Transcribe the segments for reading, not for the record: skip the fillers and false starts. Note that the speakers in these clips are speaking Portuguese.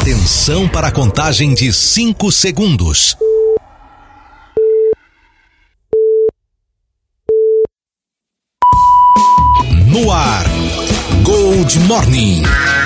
Atenção para a contagem de 5 segundos. No ar, Gold Morning.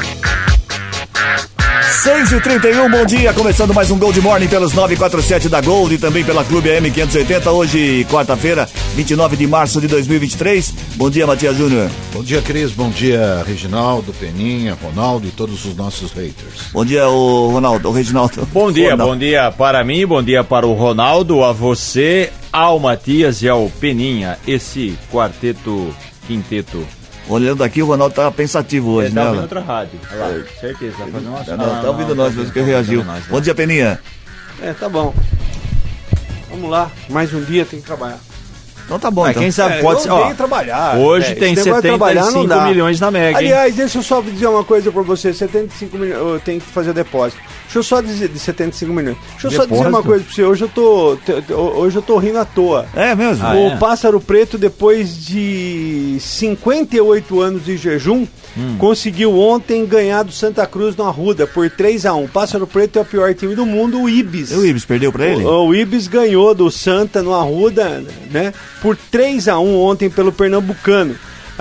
6h31, bom dia, começando mais um Gold Morning pelos 947 da Gold e também pela Clube AM 580, hoje quarta-feira, 29 de março de 2023. Bom dia, Matias Júnior. Bom dia, Cris, bom dia, Reginaldo, Peninha, Ronaldo e todos os nossos haters. Bom dia, o Reginaldo. Bom dia, Ronaldo. Bom dia para mim, bom dia para o Ronaldo, a você, ao Matias e ao Peninha, esse quinteto. Olhando aqui, o Ronaldo tá pensativo hoje, né? Tá ouvindo outra rádio, olha lá, certeza, vai fazer uma Tá ouvindo nós, mesmo que reagiu. Bom dia, Peninha. Tá bom. Vamos lá, mais um dia tem que trabalhar. Então tá bom, então. Quem sabe pode ser, ó, trabalhar. hoje tem 75 milhões na Mega, Aliás, deixa eu só dizer uma coisa pra você, 75 milhões, eu tenho que fazer depósito. Deixa eu só dizer, de 75 milhões. Deixa eu só dizer uma coisa pra você, hoje eu tô rindo à toa. É mesmo? O Pássaro Preto, depois de 58 anos de jejum, conseguiu ontem ganhar do Santa Cruz no Arruda por 3-1. Pássaro Preto é o pior time do mundo, o Ibis. O Ibis perdeu pra ele? O Ibis ganhou do Santa no Arruda, né, por 3-1 ontem pelo Pernambucano.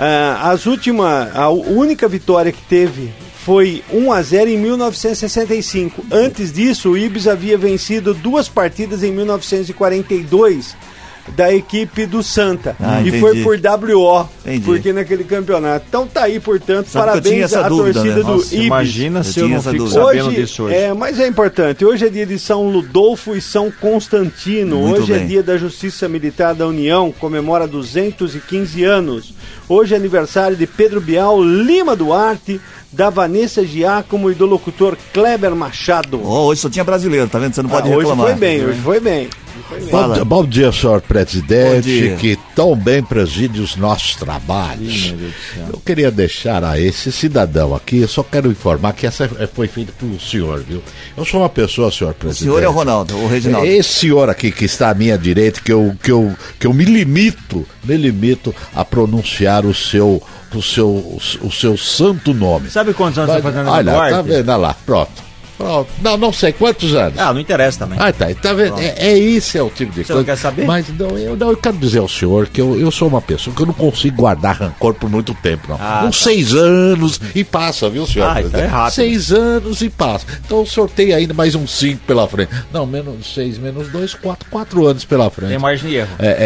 A única vitória que teve foi 1-0 em 1965. Antes disso, o Ibis havia vencido 2 partidas em 1942 da equipe do Santa. E foi por WO, porque naquele campeonato. Então tá aí, portanto, parabéns à torcida do Ibis. Imagina se eu não fico sabendo disso hoje. Mas é importante, hoje é dia de São Ludolfo e São Constantino. Muito hoje bem. É dia da Justiça Militar da União, comemora 215 anos. Hoje é aniversário de Pedro Bial, Lima Duarte, da Vanessa Giacomo e do locutor Kleber Machado. Hoje só tinha brasileiro, tá vendo? Você não pode reclamar. Hoje foi bem. Bom dia, senhor presidente, dia. que tão bem preside os nossos trabalhos. Eu queria deixar a esse cidadão aqui, eu só quero informar que essa foi feita pelo senhor, viu? Eu sou uma pessoa, senhor presidente. O senhor é o Ronaldo, o Reginaldo. Esse senhor aqui que está à minha direita, que eu me limito a pronunciar o seu santo nome. Sabe quantos anos está fazendo Olha, Duarte? tá vendo? Olha lá, pronto. Não sei quantos anos. Não interessa também. Tá vendo? Esse é o tipo de Você coisa. não quer saber? Mas eu quero dizer ao senhor que eu sou uma pessoa que eu não consigo guardar rancor por muito tempo, não. Uns 6 anos e passa, viu, senhor? Então é rápido. 6 anos e passa. Então eu sorteio ainda mais uns 5 pela frente. Não, menos 6, menos 2, 4 anos pela frente. Tem margem de erro.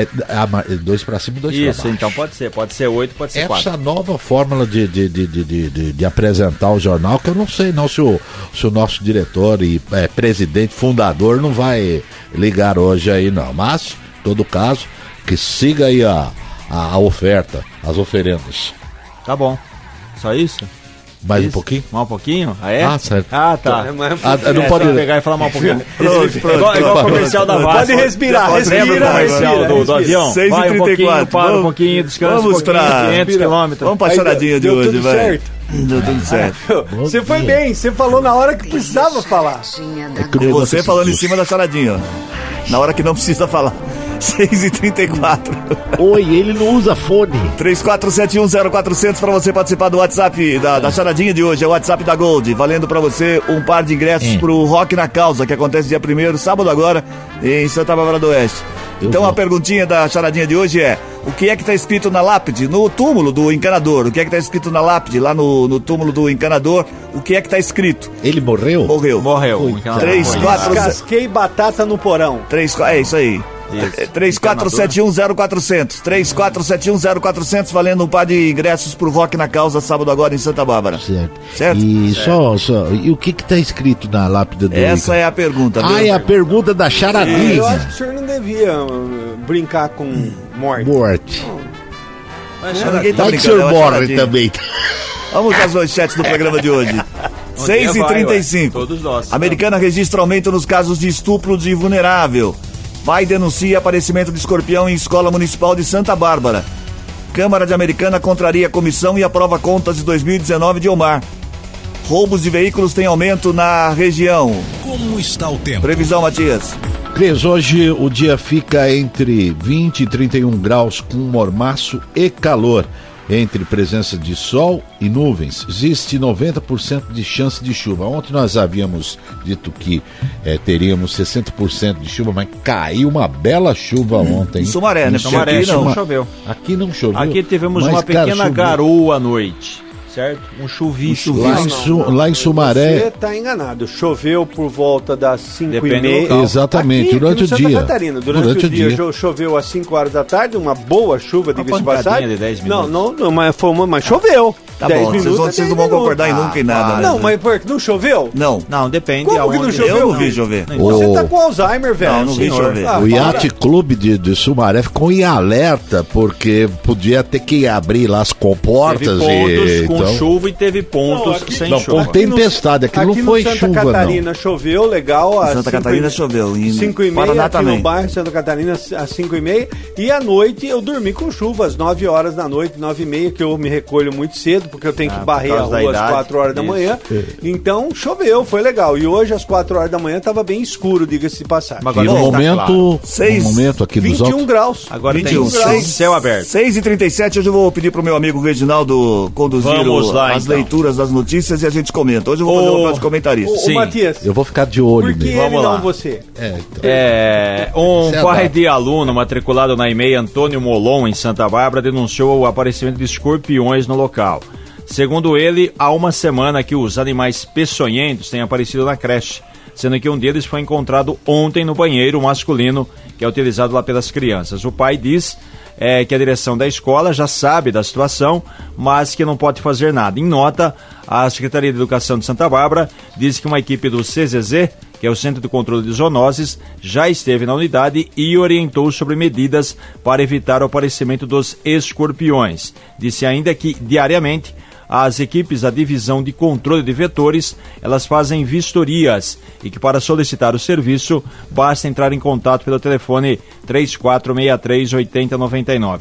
2 pra cima e 2 pra baixo. Isso, então pode ser 8, pode ser 4. Essa nova fórmula de apresentar o jornal, que eu não sei não se o nosso diretor e presidente, fundador, não vai ligar hoje aí não, mas, em todo caso, que siga aí a oferta, as oferendas. Tá bom, só isso? Mais isso? um pouquinho? Mais um pouquinho? Ah, é? Ah, certo. Ah, tá. Não pode pegar e falar mais um pouquinho. Igual o comercial da Vasco. Pode respirar, Lembra do comercial do avião? 6h34. Vai um pouquinho, para um pouquinho, descansa Vamos um pouquinho, pra 500 quilômetros. Vamos pra charadinha de deu hoje, tudo vai. certo. Deu tudo certo. Você foi bem, você falou na hora que precisava falar. E você falando em cima da charadinha, ó. Na hora que não precisa falar. 6h34. Oi, ele não usa fone. 34710400 para você participar do WhatsApp da charadinha de hoje. É o WhatsApp da Gold, valendo para você um par de ingressos pro Rock na Causa, que acontece dia 1º, sábado agora, em Santa Bárbara do Oeste. Então a perguntinha da charadinha de hoje é: o que é que está escrito na lápide, no túmulo do encanador? O que é que está escrito na lápide, lá no túmulo do encanador? O que é que está escrito? Ele morreu? Morreu. 3, 4... Casquei batata no porão. É isso aí. 34710400 34710400, valendo um par de ingressos pro Rock na Causa, sábado agora em Santa Bárbara. Certo? E e o que tá escrito na lápide do Essa é a pergunta. É a pergunta da charadinha. Eu acho que o senhor não devia brincar com morte. Ninguém tá Vai que o senhor morre também. Vamos às manchetes do programa de hoje. 6h35. Todos nós. Americana registra aumento nos casos de estupro de vulnerável. Pai denuncia aparecimento de escorpião em escola municipal de Santa Bárbara. Câmara de Americana contraria a comissão e aprova contas de 2019 de Omar. Roubos de veículos têm aumento na região. Como está o tempo? Previsão, Matias. Cris, hoje o dia fica entre 20 e 31 graus com mormaço e calor. entre presença de sol e nuvens. Existe 90% de chance de chuva. Ontem nós havíamos dito que teríamos 60% de chuva, mas caiu uma bela chuva ontem. Em Sumaré, né? Sumaré Aqui não choveu. Aqui não choveu. Aqui tivemos mas, uma pequena choveu. garoa à noite, certo? Um chuvisco. Lá em Sumaré... Você está enganado. Choveu por volta das 5h30. Depende do local. Exatamente, Aqui, durante no o Santa dia. Catarina, durante o dia choveu às 5 horas da tarde, uma boa chuva, diga-se de passagem. De 10 minutos. Não, mas choveu. Tá 10 bom, minutos, vocês não vão concordar em nunca em nada, né? Não, mas não choveu? Não, depende Como aonde. que não choveu? eu não vi chover. Você tá com Alzheimer, velho. Não vi chover. O Yacht Clube de Sumaré ficou em alerta, porque podia ter que abrir lá as comportas. Teve pontos com então... chuva e teve pontos sem Não, chuva. com tempestade, aqui não foi Santa chuva, Catarina choveu, legal. Às Santa Catarina choveu. Em 5h30 Paraná aqui também. no bairro Santa Catarina às 5h30. E à noite eu dormi com chuva, às 9 horas da noite, 9h30, que eu me recolho muito cedo, porque eu tenho que barrer a causa da rua às idade. 4 horas da Isso. manhã. Então choveu, foi legal. E hoje às 4 horas da manhã estava bem escuro, diga-se de passagem. Mas E agora no tá claro. momento aqui dos 21 altos... graus. Agora 21 tem graus. céu aberto. 6h37, hoje eu vou pedir pro meu amigo Reginaldo conduzir Vamos lá, as então. leituras das notícias e a gente comenta. Hoje eu vou fazer um papel de comentarista. Ô, Sim. Matias, Eu vou ficar de olho por que nele. ele Vamos não lá. você? Um Você é pai dado. de aluno matriculado na EMEI, Antônio Molon, em Santa Bárbara, denunciou o aparecimento de escorpiões no local. Segundo ele, há uma semana que os animais peçonhentos têm aparecido na creche, sendo que um deles foi encontrado ontem no banheiro masculino, que é utilizado lá pelas crianças. O pai diz que a direção da escola já sabe da situação, mas que não pode fazer nada. Em nota, a Secretaria de Educação de Santa Bárbara diz que uma equipe do CZZ, que é o Centro de Controle de Zoonoses, já esteve na unidade e orientou sobre medidas para evitar o aparecimento dos escorpiões. Disse ainda que, diariamente, as equipes da Divisão de Controle de Vetores, elas fazem vistorias e que para solicitar o serviço, basta entrar em contato pelo telefone 3463-8099,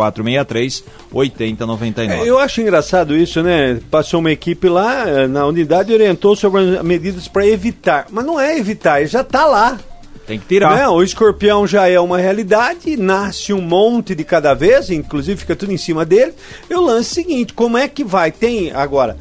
3463-8099. Eu acho engraçado isso, né? Passou uma equipe lá na unidade e orientou sobre as medidas para evitar. Mas não é evitar, ele já está lá. Tem que tirar. Né? O escorpião já é uma realidade, nasce um monte de cada vez, inclusive fica tudo em cima dele. E o lance é o seguinte, como é que vai? Tem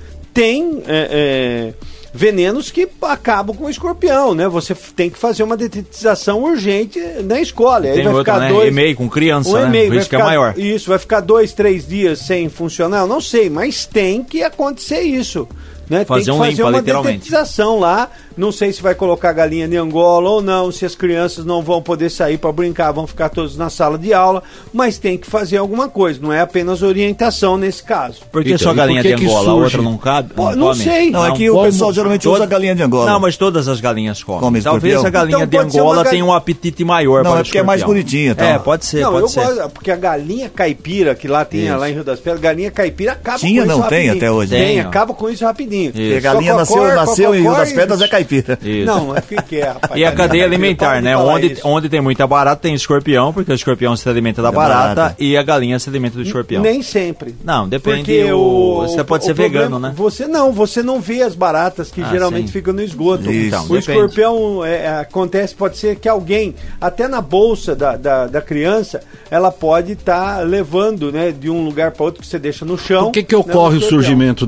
venenos que acabam com o escorpião, né? Você tem que fazer uma detetização urgente na escola. Tem aí vai outra, ficar né? E-mail com criança, né? O risco é maior. Isso, vai ficar 2-3 dias sem funcionar, eu não sei, mas tem que acontecer isso. Né? Fazer Tem que um fazer limpa, uma literalmente. detetização lá. Não sei se vai colocar galinha de Angola ou não, se as crianças não vão poder sair para brincar, vão ficar todos na sala de aula, mas tem que fazer alguma coisa, não é apenas orientação nesse caso. Por que Então, só e galinha por que de que Angola, a surge? outra não cabe? Pô, não come? sei. Não, é que o Como- pessoal geralmente usa galinha de Angola. Não, mas todas as galinhas comem. Come Talvez escorpião? a galinha Então de pode ser Angola uma tenha um apetite maior Não, para é o porque é mais escorpião. bonitinha, tá? É, pode ser, Não, pode eu ser. gosto, porque a galinha caipira, que lá tinha, lá em Rio das Pedras, galinha caipira acaba Tinha, com isso não, tem rapidinho. até hoje. Tem, Tem, ó. acaba com isso rapidinho. Isso. A galinha nasceu em Rio das Pedras, é caipira. Isso. Não, mas o que é, rapaz? E a cadeia alimentar, Para de né? falar Onde, isso. onde tem muita barata, tem escorpião, porque o escorpião se alimenta da barata, barata. e a galinha se alimenta do escorpião. Nem sempre. Não, depende. Porque Você pode ser problema- vegano, né? Você não vê as baratas que Ah, geralmente sim. ficam no esgoto. Isso. Então, O depende. escorpião acontece, pode ser que alguém, até na bolsa da criança, ela pode estar levando, né, de um lugar para outro que você deixa no chão. Por que né, ocorre o escorpião. surgimento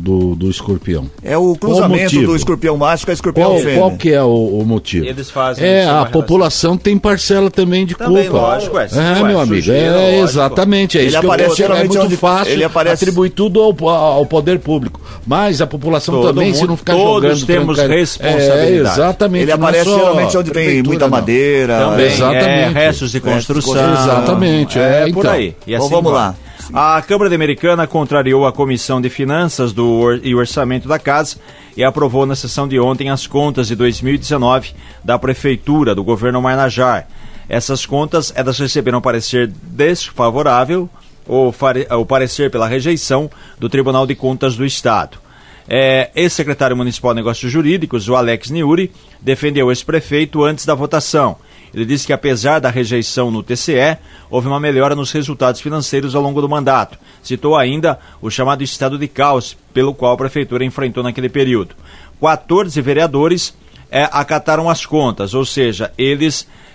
do escorpião? É o cruzamento motivo? do escorpião macho com a escorpião fêmea. Qual que é o motivo? Eles fazem É, isso, a uma população tem parcela também de Também, culpa. lógico, É, sim, ué, meu amigo, sujeira, é lógico. exatamente, é Ele isso que aparece é geralmente muito onde- fácil ele aparece- atribuir tudo ao poder público, mas a população Todo também, se mundo- não ficar todos jogando... temos tranca- responsabilidade. exatamente. Ele não aparece só geralmente onde tem prefeitura, muita não. madeira. Também, Exatamente. restos de construção. Exatamente, É, é, por então. aí. E Então, assim vamos vai. lá. A Câmara de Americana contrariou a Comissão de Finanças e Orçamento da Casa e aprovou na sessão de ontem as contas de 2019 da Prefeitura do governo Marnajá. Essas contas, elas receberam parecer desfavorável ou parecer pela rejeição do Tribunal de Contas do Estado. Ex-secretário municipal de Negócios Jurídicos, o Alex Niuri, defendeu esse prefeito antes da votação. Ele disse que apesar da rejeição no TCE, houve uma melhora nos resultados financeiros ao longo do mandato. Citou ainda o chamado estado de caos, pelo qual a prefeitura enfrentou naquele período. 14 vereadores acataram as contas, ou seja, eles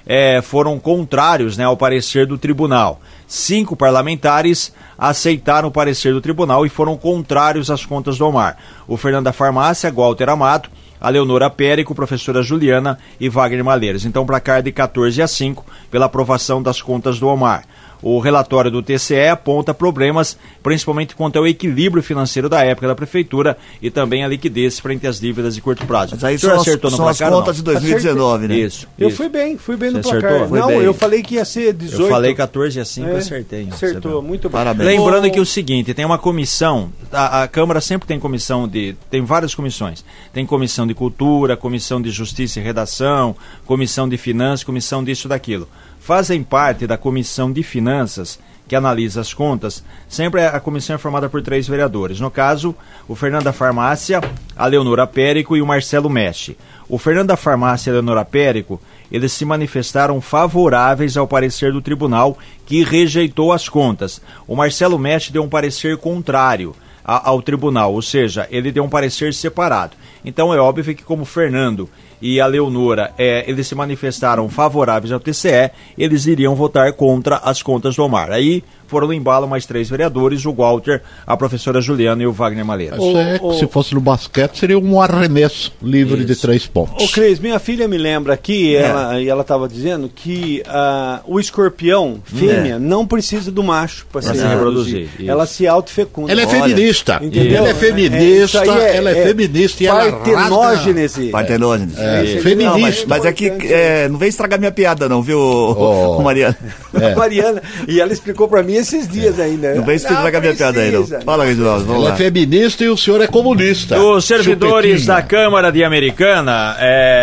foram contrários, né, ao parecer do tribunal. 5 parlamentares aceitaram o parecer do tribunal e foram contrários às contas do Omar. O Fernando da Farmácia, Walter Amato, a Leonora Périco, professora Juliana e Wagner Malheiros. Então, placar de 14-5 pela aprovação das contas do Omar. O relatório do TCE aponta problemas, principalmente quanto ao equilíbrio financeiro da época da prefeitura e também a liquidez frente às dívidas de curto prazo. Mas aí são as contas de 2019, né? Isso. Eu fui bem no placar. Acertou? Não, bem. Eu falei que ia ser 18. Eu falei 14-5, acertei. Acertou, muito bem. Parabéns. Lembrando que o seguinte, tem uma comissão, a Câmara sempre tem tem várias comissões. Tem comissão de cultura, comissão de justiça e redação, comissão de finanças, comissão disso e daquilo. Fazem parte da comissão de finanças, que analisa as contas, sempre a comissão é formada por 3 vereadores. No caso, o Fernando da Farmácia, a Leonora Périco e o Marcelo Mestre. O Fernando da Farmácia e a Leonora Périco, eles se manifestaram favoráveis ao parecer do tribunal, que rejeitou as contas. O Marcelo Mestre deu um parecer contrário ao tribunal, ou seja, ele deu um parecer separado. Então é óbvio que, como o Fernando e a Leonora, eles se manifestaram favoráveis ao TCE, eles iriam votar contra as contas do Omar. Aí foram no embalo mais 3 vereadores, o Walter, a professora Juliana e o Wagner Malheiros. Se fosse no basquete, seria um arremesso livre de 3 pontos. Ô Cris, minha filha me lembra aqui, ela estava dizendo que o escorpião, fêmea, não precisa do macho para se reproduzir. Ela se autofecunda. Ela é feminista. Entendeu? Ela é feminista, ela é feminista e ela Partenógenese. Feminista. Não, mas é que não vem estragar minha piada não, viu, Mariana? Mariana, e ela explicou pra mim esses dias ainda. Não vem estragar minha piada aí não. Fala, Reginaldo, vamos lá. Ela é feminista e o senhor é comunista. Os servidores da Câmara de Americana,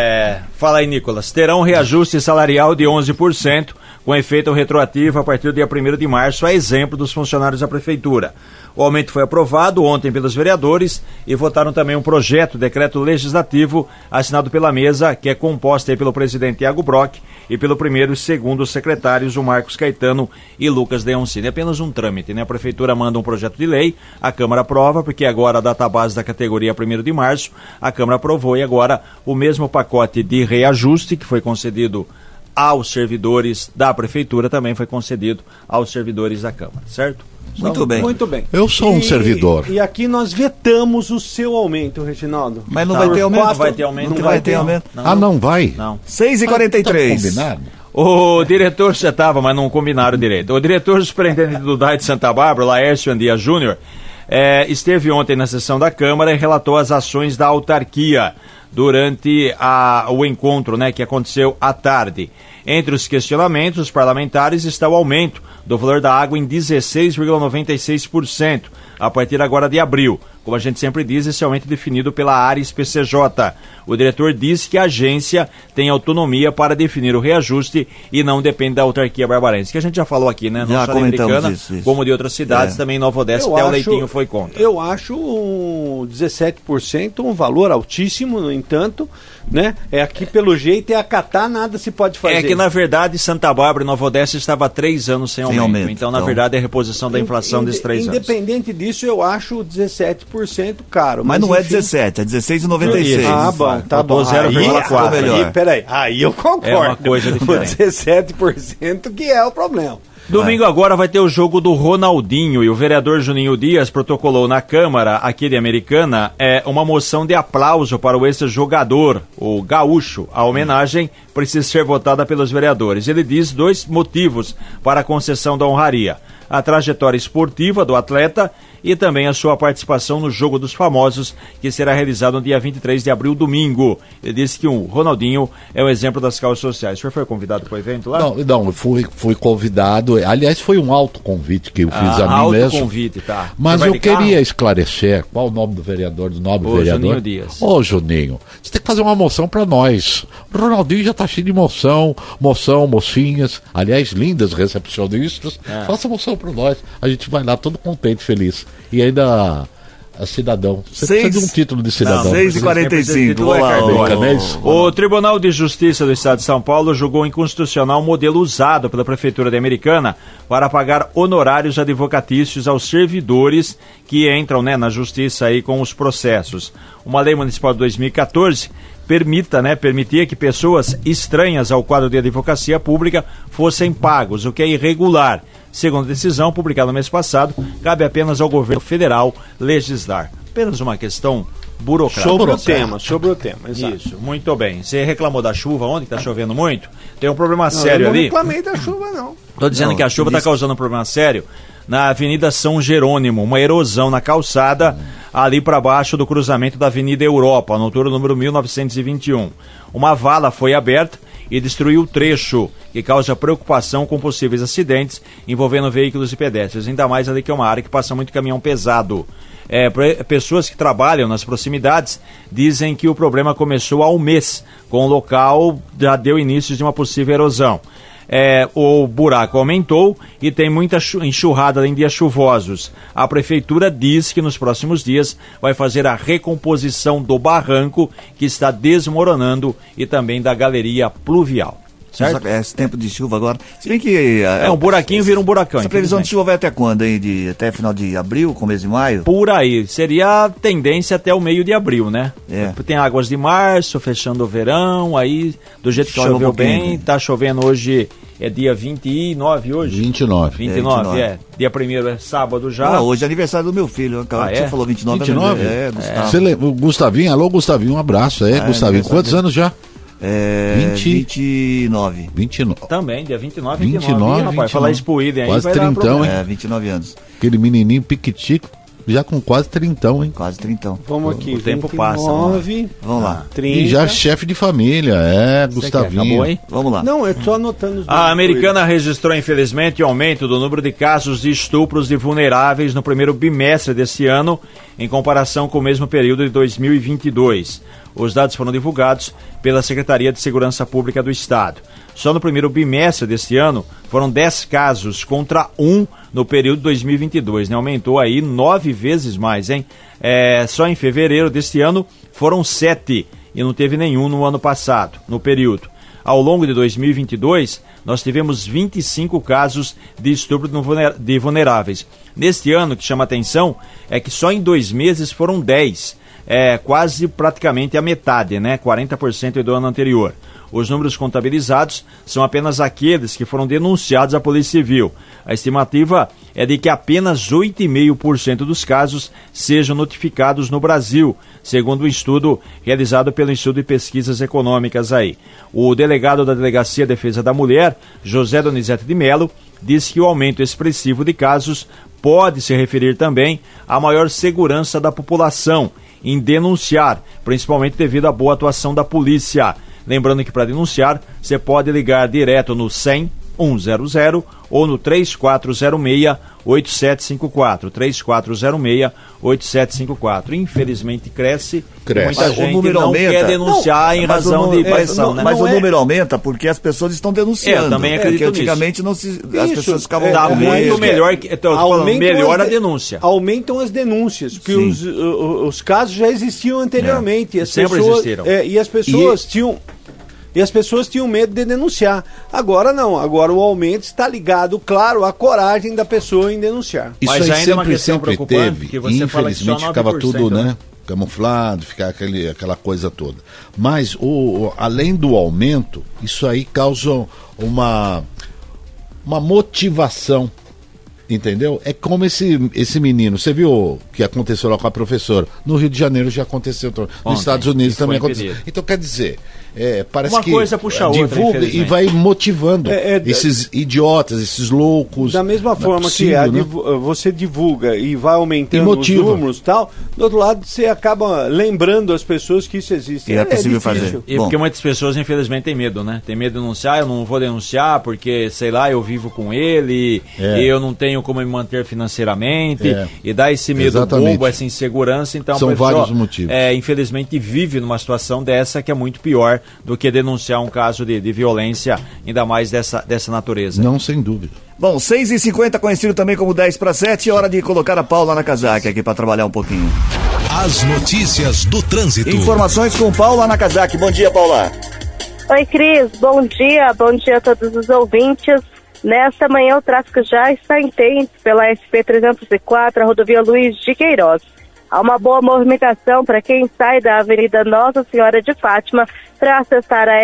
fala aí, Nicolas, terão reajuste salarial de 11%, com efeito retroativo a partir do dia 1º de março, a exemplo dos funcionários da Prefeitura. O aumento foi aprovado ontem pelos vereadores e votaram também um projeto, decreto legislativo, assinado pela mesa, que é composta aí pelo presidente Thiago Brock e pelo primeiro e segundo secretários, o Marcos Caetano e Lucas Deoncini. É apenas um trâmite, né? A Prefeitura manda um projeto de lei, a Câmara aprova, porque agora a data base da categoria é 1º de março, a Câmara aprovou e agora o mesmo pacote de reajuste que foi concedido aos servidores da Prefeitura também foi concedido aos servidores da Câmara, certo? Muito bem. Muito bem. Eu sou um servidor. E aqui nós vetamos o seu aumento, Reginaldo. Mas não vai ter aumento? Não vai ter aumento. Não vai ter aumento. Não vai? Não. 6h43. Combinado? O diretor, você estava, mas não combinaram direito. O diretor superintendente do DAI de Santa Bárbara, Laércio Andia Júnior, esteve ontem na sessão da Câmara e relatou as ações da autarquia durante o encontro, né, que aconteceu à tarde. Entre os questionamentos, os parlamentares está o aumento do valor da água em 16,96%, a partir agora de abril. Como a gente sempre diz, esse aumento é definido pela Ares PCJ. O diretor disse que a agência tem autonomia para definir o reajuste e não depende da autarquia barbarense, que a gente já falou aqui, né? Não só da Americana, isso. Como de outras cidades, também em Nova Odessa, até o Leitinho foi contra. Eu acho 17% um valor altíssimo, no entanto, né? Aqui pelo jeito acatar, nada se pode fazer. É que na verdade Santa Bárbara e Nova Odessa estava há 3 anos sem aumento. Então, na verdade, é a reposição da inflação desses 3 anos. Independente disso, eu acho 17% caro. Mas não é 17, é 16,96. Ah, bom, tá bom. 0,4. Peraí, aí eu concordo. É uma coisa diferente. O 17% que é o problema. Domingo agora vai ter o jogo do Ronaldinho e o vereador Juninho Dias protocolou na Câmara, aqui de Americana, uma moção de aplauso para o ex-jogador, o Gaúcho. A homenagem precisa ser votada pelos vereadores. Ele diz 2 motivos para a concessão da honraria: a trajetória esportiva do atleta e também a sua participação no Jogo dos Famosos, que será realizado no dia 23 de abril, domingo. Ele disse que o Ronaldinho é um exemplo das causas sociais. O senhor foi convidado para o evento lá? Não, eu fui convidado. Aliás, foi um autoconvite que eu fiz a mim mesmo. Autoconvite, tá. Mas eu queria esclarecer qual o nome do vereador, do nobre vereador. Juninho Dias. Ô, Juninho, você tem que fazer uma moção para nós. O Ronaldinho já tá cheio de moção, mocinhas, aliás, lindas recepcionistas. Faça moção para nós. A gente vai lá todo contente, feliz. E ainda cidadão. Você precisa de um título de cidadão. 6h45. O Tribunal de Justiça do Estado de São Paulo julgou inconstitucional o modelo usado pela Prefeitura de Americana para pagar honorários advocatícios aos servidores que entram, né, na Justiça aí com os processos. uma lei municipal de 2014 permitia que pessoas estranhas ao quadro de advocacia pública fossem pagos, o que é irregular. Segundo a decisão publicada no mês passado, cabe apenas ao governo federal legislar. Apenas uma questão burocrática. Sobre o tema, exato. Isso, muito bem. Você reclamou da chuva ontem, que está chovendo muito? Tem um problema sério ali. Eu não reclamei da chuva, não. Estou dizendo que a chuva está causando um problema sério na Avenida São Jerônimo, uma erosão na calçada ali para baixo do cruzamento da Avenida Europa, na altura número 1921. Uma vala foi aberta e destruiu o trecho, que causa preocupação com possíveis acidentes envolvendo veículos e pedestres, ainda mais ali que é uma área que passa muito caminhão pesado. Pessoas que trabalham nas proximidades dizem que o problema começou há um mês, com o local já deu início de uma possível erosão. O buraco aumentou e tem muita enxurrada em dias chuvosos. A prefeitura diz que nos próximos dias vai fazer a recomposição do barranco que está desmoronando e também da galeria pluvial. Certo? Esse tempo de chuva agora. Se bem que. Um buraquinho vira um buracão. Essa previsão de chuva vai até quando, hein? Até final de abril, começo de maio? Por aí. Seria a tendência até o meio de abril, né? Tem águas de março, fechando o verão, aí do jeito que choveu bem, tá chovendo hoje, é dia 29 hoje? 29. 29. Dia 1º é sábado já. Hoje é aniversário do meu filho. Você falou 29. 29? Gustavo. Gustavinho, alô Gustavinho, um abraço. Gustavinho, quantos anos já? 29. Também, dia 29, rapaz. Falar isso pro Idem aí, quase vai 30, hein? 29 anos. Aquele menininho piquitico, já com quase 30, hein? Quase 30. Vamos aqui, o tempo 29, passa. Vamos lá. 30. E já chefe de família, Gustavinho. Acabou, hein? Vamos lá. Não, eu tô anotando os A Americana registrou, infelizmente, aumento do número de casos de estupros de vulneráveis no primeiro bimestre desse ano, em comparação com o mesmo período de 2022. Os dados foram divulgados pela Secretaria de Segurança Pública do Estado. Só no primeiro bimestre deste ano foram 10 casos contra 1 no período 2022, né? Aumentou aí 9 vezes mais, hein? Só em fevereiro deste ano foram 7 e não teve nenhum no ano passado, no período. Ao longo de 2022, nós tivemos 25 casos de estupro de vulneráveis. Neste ano, o que chama atenção é que só em 2 meses foram 10. Quase praticamente a metade, né? 40% do ano anterior. Os números contabilizados são apenas aqueles que foram denunciados à Polícia Civil. A estimativa é de que apenas 8,5% dos casos sejam notificados no Brasil, segundo um estudo realizado pelo Instituto de Pesquisas Econômicas aí. O delegado da Delegacia de Defesa da Mulher, José Donizete de Melo, disse que o aumento expressivo de casos pode se referir também à maior segurança da população em denunciar, principalmente devido à boa atuação da polícia. Lembrando que para denunciar, você pode ligar direto no 100 100 ou no 3406-8754. 3406-8754. Infelizmente cresce. Muita gente não quer denunciar em razão de pressão. Mas o número aumenta porque as pessoas estão denunciando. Eu também acredito nisso. Antigamente as pessoas ficavam... Dá muito melhor, melhor a denúncia. Aumentam as denúncias, porque os casos já existiam anteriormente. Sempre existiram. E as pessoas tinham... E as pessoas tinham medo de denunciar. Agora não, agora o aumento está ligado, claro, à coragem da pessoa em denunciar. Isso mas aí ainda sempre teve, que você infelizmente ficava tudo, né? Camuflado, ficava aquela coisa toda. Mas além do aumento, isso aí causa uma motivação. Entendeu? É como esse menino. Você viu o que aconteceu lá com a professora? No Rio de Janeiro já aconteceu. Nos Estados Unidos também aconteceu. Então, quer dizer, parece uma que coisa puxa divulga outra, e vai motivando esses idiotas, esses loucos. Da mesma forma possível, que você divulga e vai aumentando os números e tal, do outro lado você acaba lembrando as pessoas que isso existe. E é possível fazer. E porque muitas pessoas, infelizmente, têm medo, né? Tem medo de denunciar, eu não vou denunciar porque, sei lá, eu vivo com ele e eu não tenho como me manter financeiramente e dá esse medo bobo, essa insegurança. Então, são vários motivos. Infelizmente vive numa situação dessa que é muito pior do que denunciar um caso de violência, ainda mais dessa natureza. Não, sem dúvida. Bom, 6h50, conhecido também como 10:07, hora de colocar a Paula Nakazaki aqui para trabalhar um pouquinho. As notícias do trânsito. Informações com Paula Nakazaki. Bom dia, Paula. Oi, Cris. Bom dia a todos os ouvintes. Nesta manhã o tráfego já está intenso pela SP-304, a rodovia Luiz de Queiroz. Há uma boa movimentação para quem sai da Avenida Nossa Senhora de Fátima para acessar a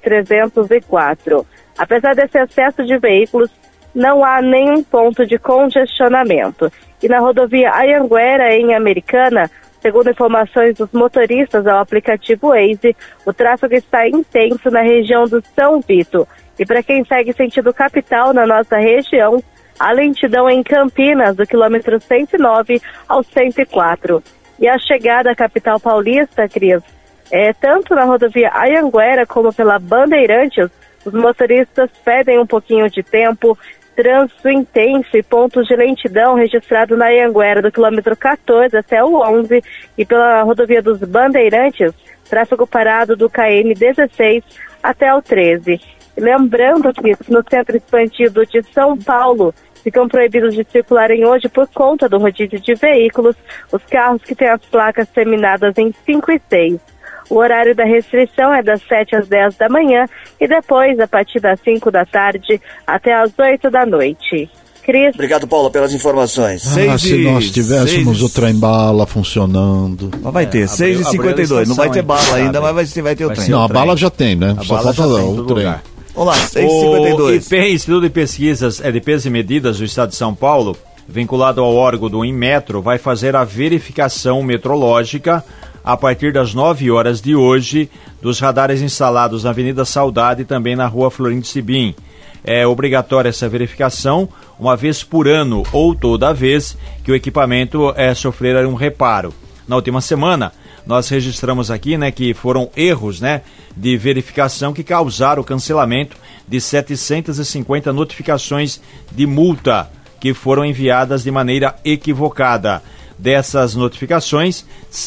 SP-304. Apesar desse excesso de veículos, não há nenhum ponto de congestionamento. E na rodovia Anhanguera, em Americana, segundo informações dos motoristas ao aplicativo Waze, o tráfego está intenso na região do São Vito. E para quem segue sentido capital na nossa região, a lentidão em Campinas, do quilômetro 109 ao 104. E a chegada à capital paulista, Cris, tanto na rodovia Anhanguera como pela Bandeirantes, os motoristas pedem um pouquinho de tempo, trânsito intenso e pontos de lentidão registrados na Anhanguera, do quilômetro 14 até o 11, e pela rodovia dos Bandeirantes, tráfego parado do KM 16 até o 13. E lembrando que no centro expandido de São Paulo, ficam proibidos de circularem hoje por conta do rodízio de veículos os carros que têm as placas terminadas em 5 e 6. O horário da restrição é das 7 às 10 da manhã e depois, a partir das 5 da tarde até às 8 da noite. Cris. Obrigado, Paula, pelas informações. Se nós tivéssemos o trem-bala funcionando. Mas vai ter, 6h52. Não vai ter bala ainda, mas vai ter o trem. Não, a bala já tem, né? Só falta o trem. Vamos lá, 6h52. O IPEM, Instituto de Pesquisas de Pesos e Medidas do Estado de São Paulo, vinculado ao órgão do Inmetro, vai fazer a verificação metrológica a partir das 9 horas de hoje dos radares instalados na Avenida Saudade e também na Rua Florindo Sibim. É obrigatória essa verificação uma vez por ano ou toda vez que o equipamento sofrer um reparo. Na última semana, nós registramos aqui, que foram erros, de verificação que causaram o cancelamento de 750 notificações de multa que foram enviadas de maneira equivocada. Dessas notificações,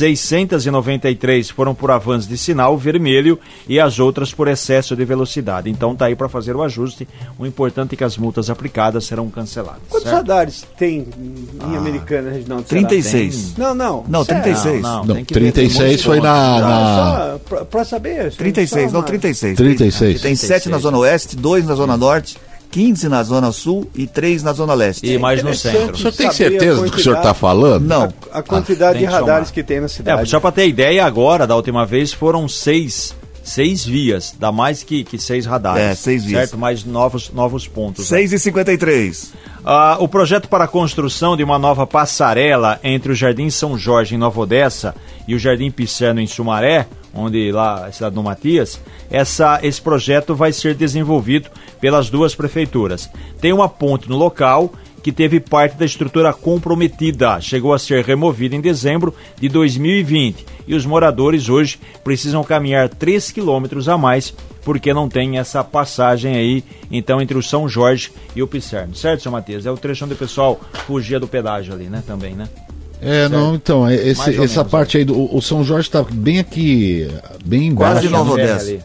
693 foram por avanço de sinal vermelho e as outras por excesso de velocidade. Então tá aí para fazer o ajuste. O importante é que as multas aplicadas serão canceladas. Quantos radares tem em Americana, Reginaldo? 36. Não, 36. Não, 36 foi na... Só pra saber. 36, não, 36. 36. Tem 7 na Zona Oeste, 2 na Zona Norte, 15 na Zona Sul e 3 na Zona Leste. E mais no centro. O senhor tem certeza do que o senhor está falando? Não. A quantidade de radares que tem na cidade. Só para ter ideia, agora, da última vez, foram 6 vias. Dá mais que 6 radares. 6 vias. Certo? Mais novos pontos. 6h53. O projeto para a construção de uma nova passarela entre o Jardim São Jorge, em Nova Odessa, e o Jardim Pisciano, em Sumaré, onde lá, a cidade do Matias, esse projeto vai ser desenvolvido pelas duas prefeituras. Tem uma ponte no local que teve parte da estrutura comprometida, chegou a ser removida em dezembro de 2020 e os moradores hoje precisam caminhar 3 quilômetros a mais porque não tem essa passagem aí, então, entre o São Jorge e o Pisciano, certo, seu Matias? É o trecho onde o pessoal fugia do pedágio ali, também, Não, então, essa parte aí, o São Jorge está bem aqui, bem embaixo. Quase Nova Odessa.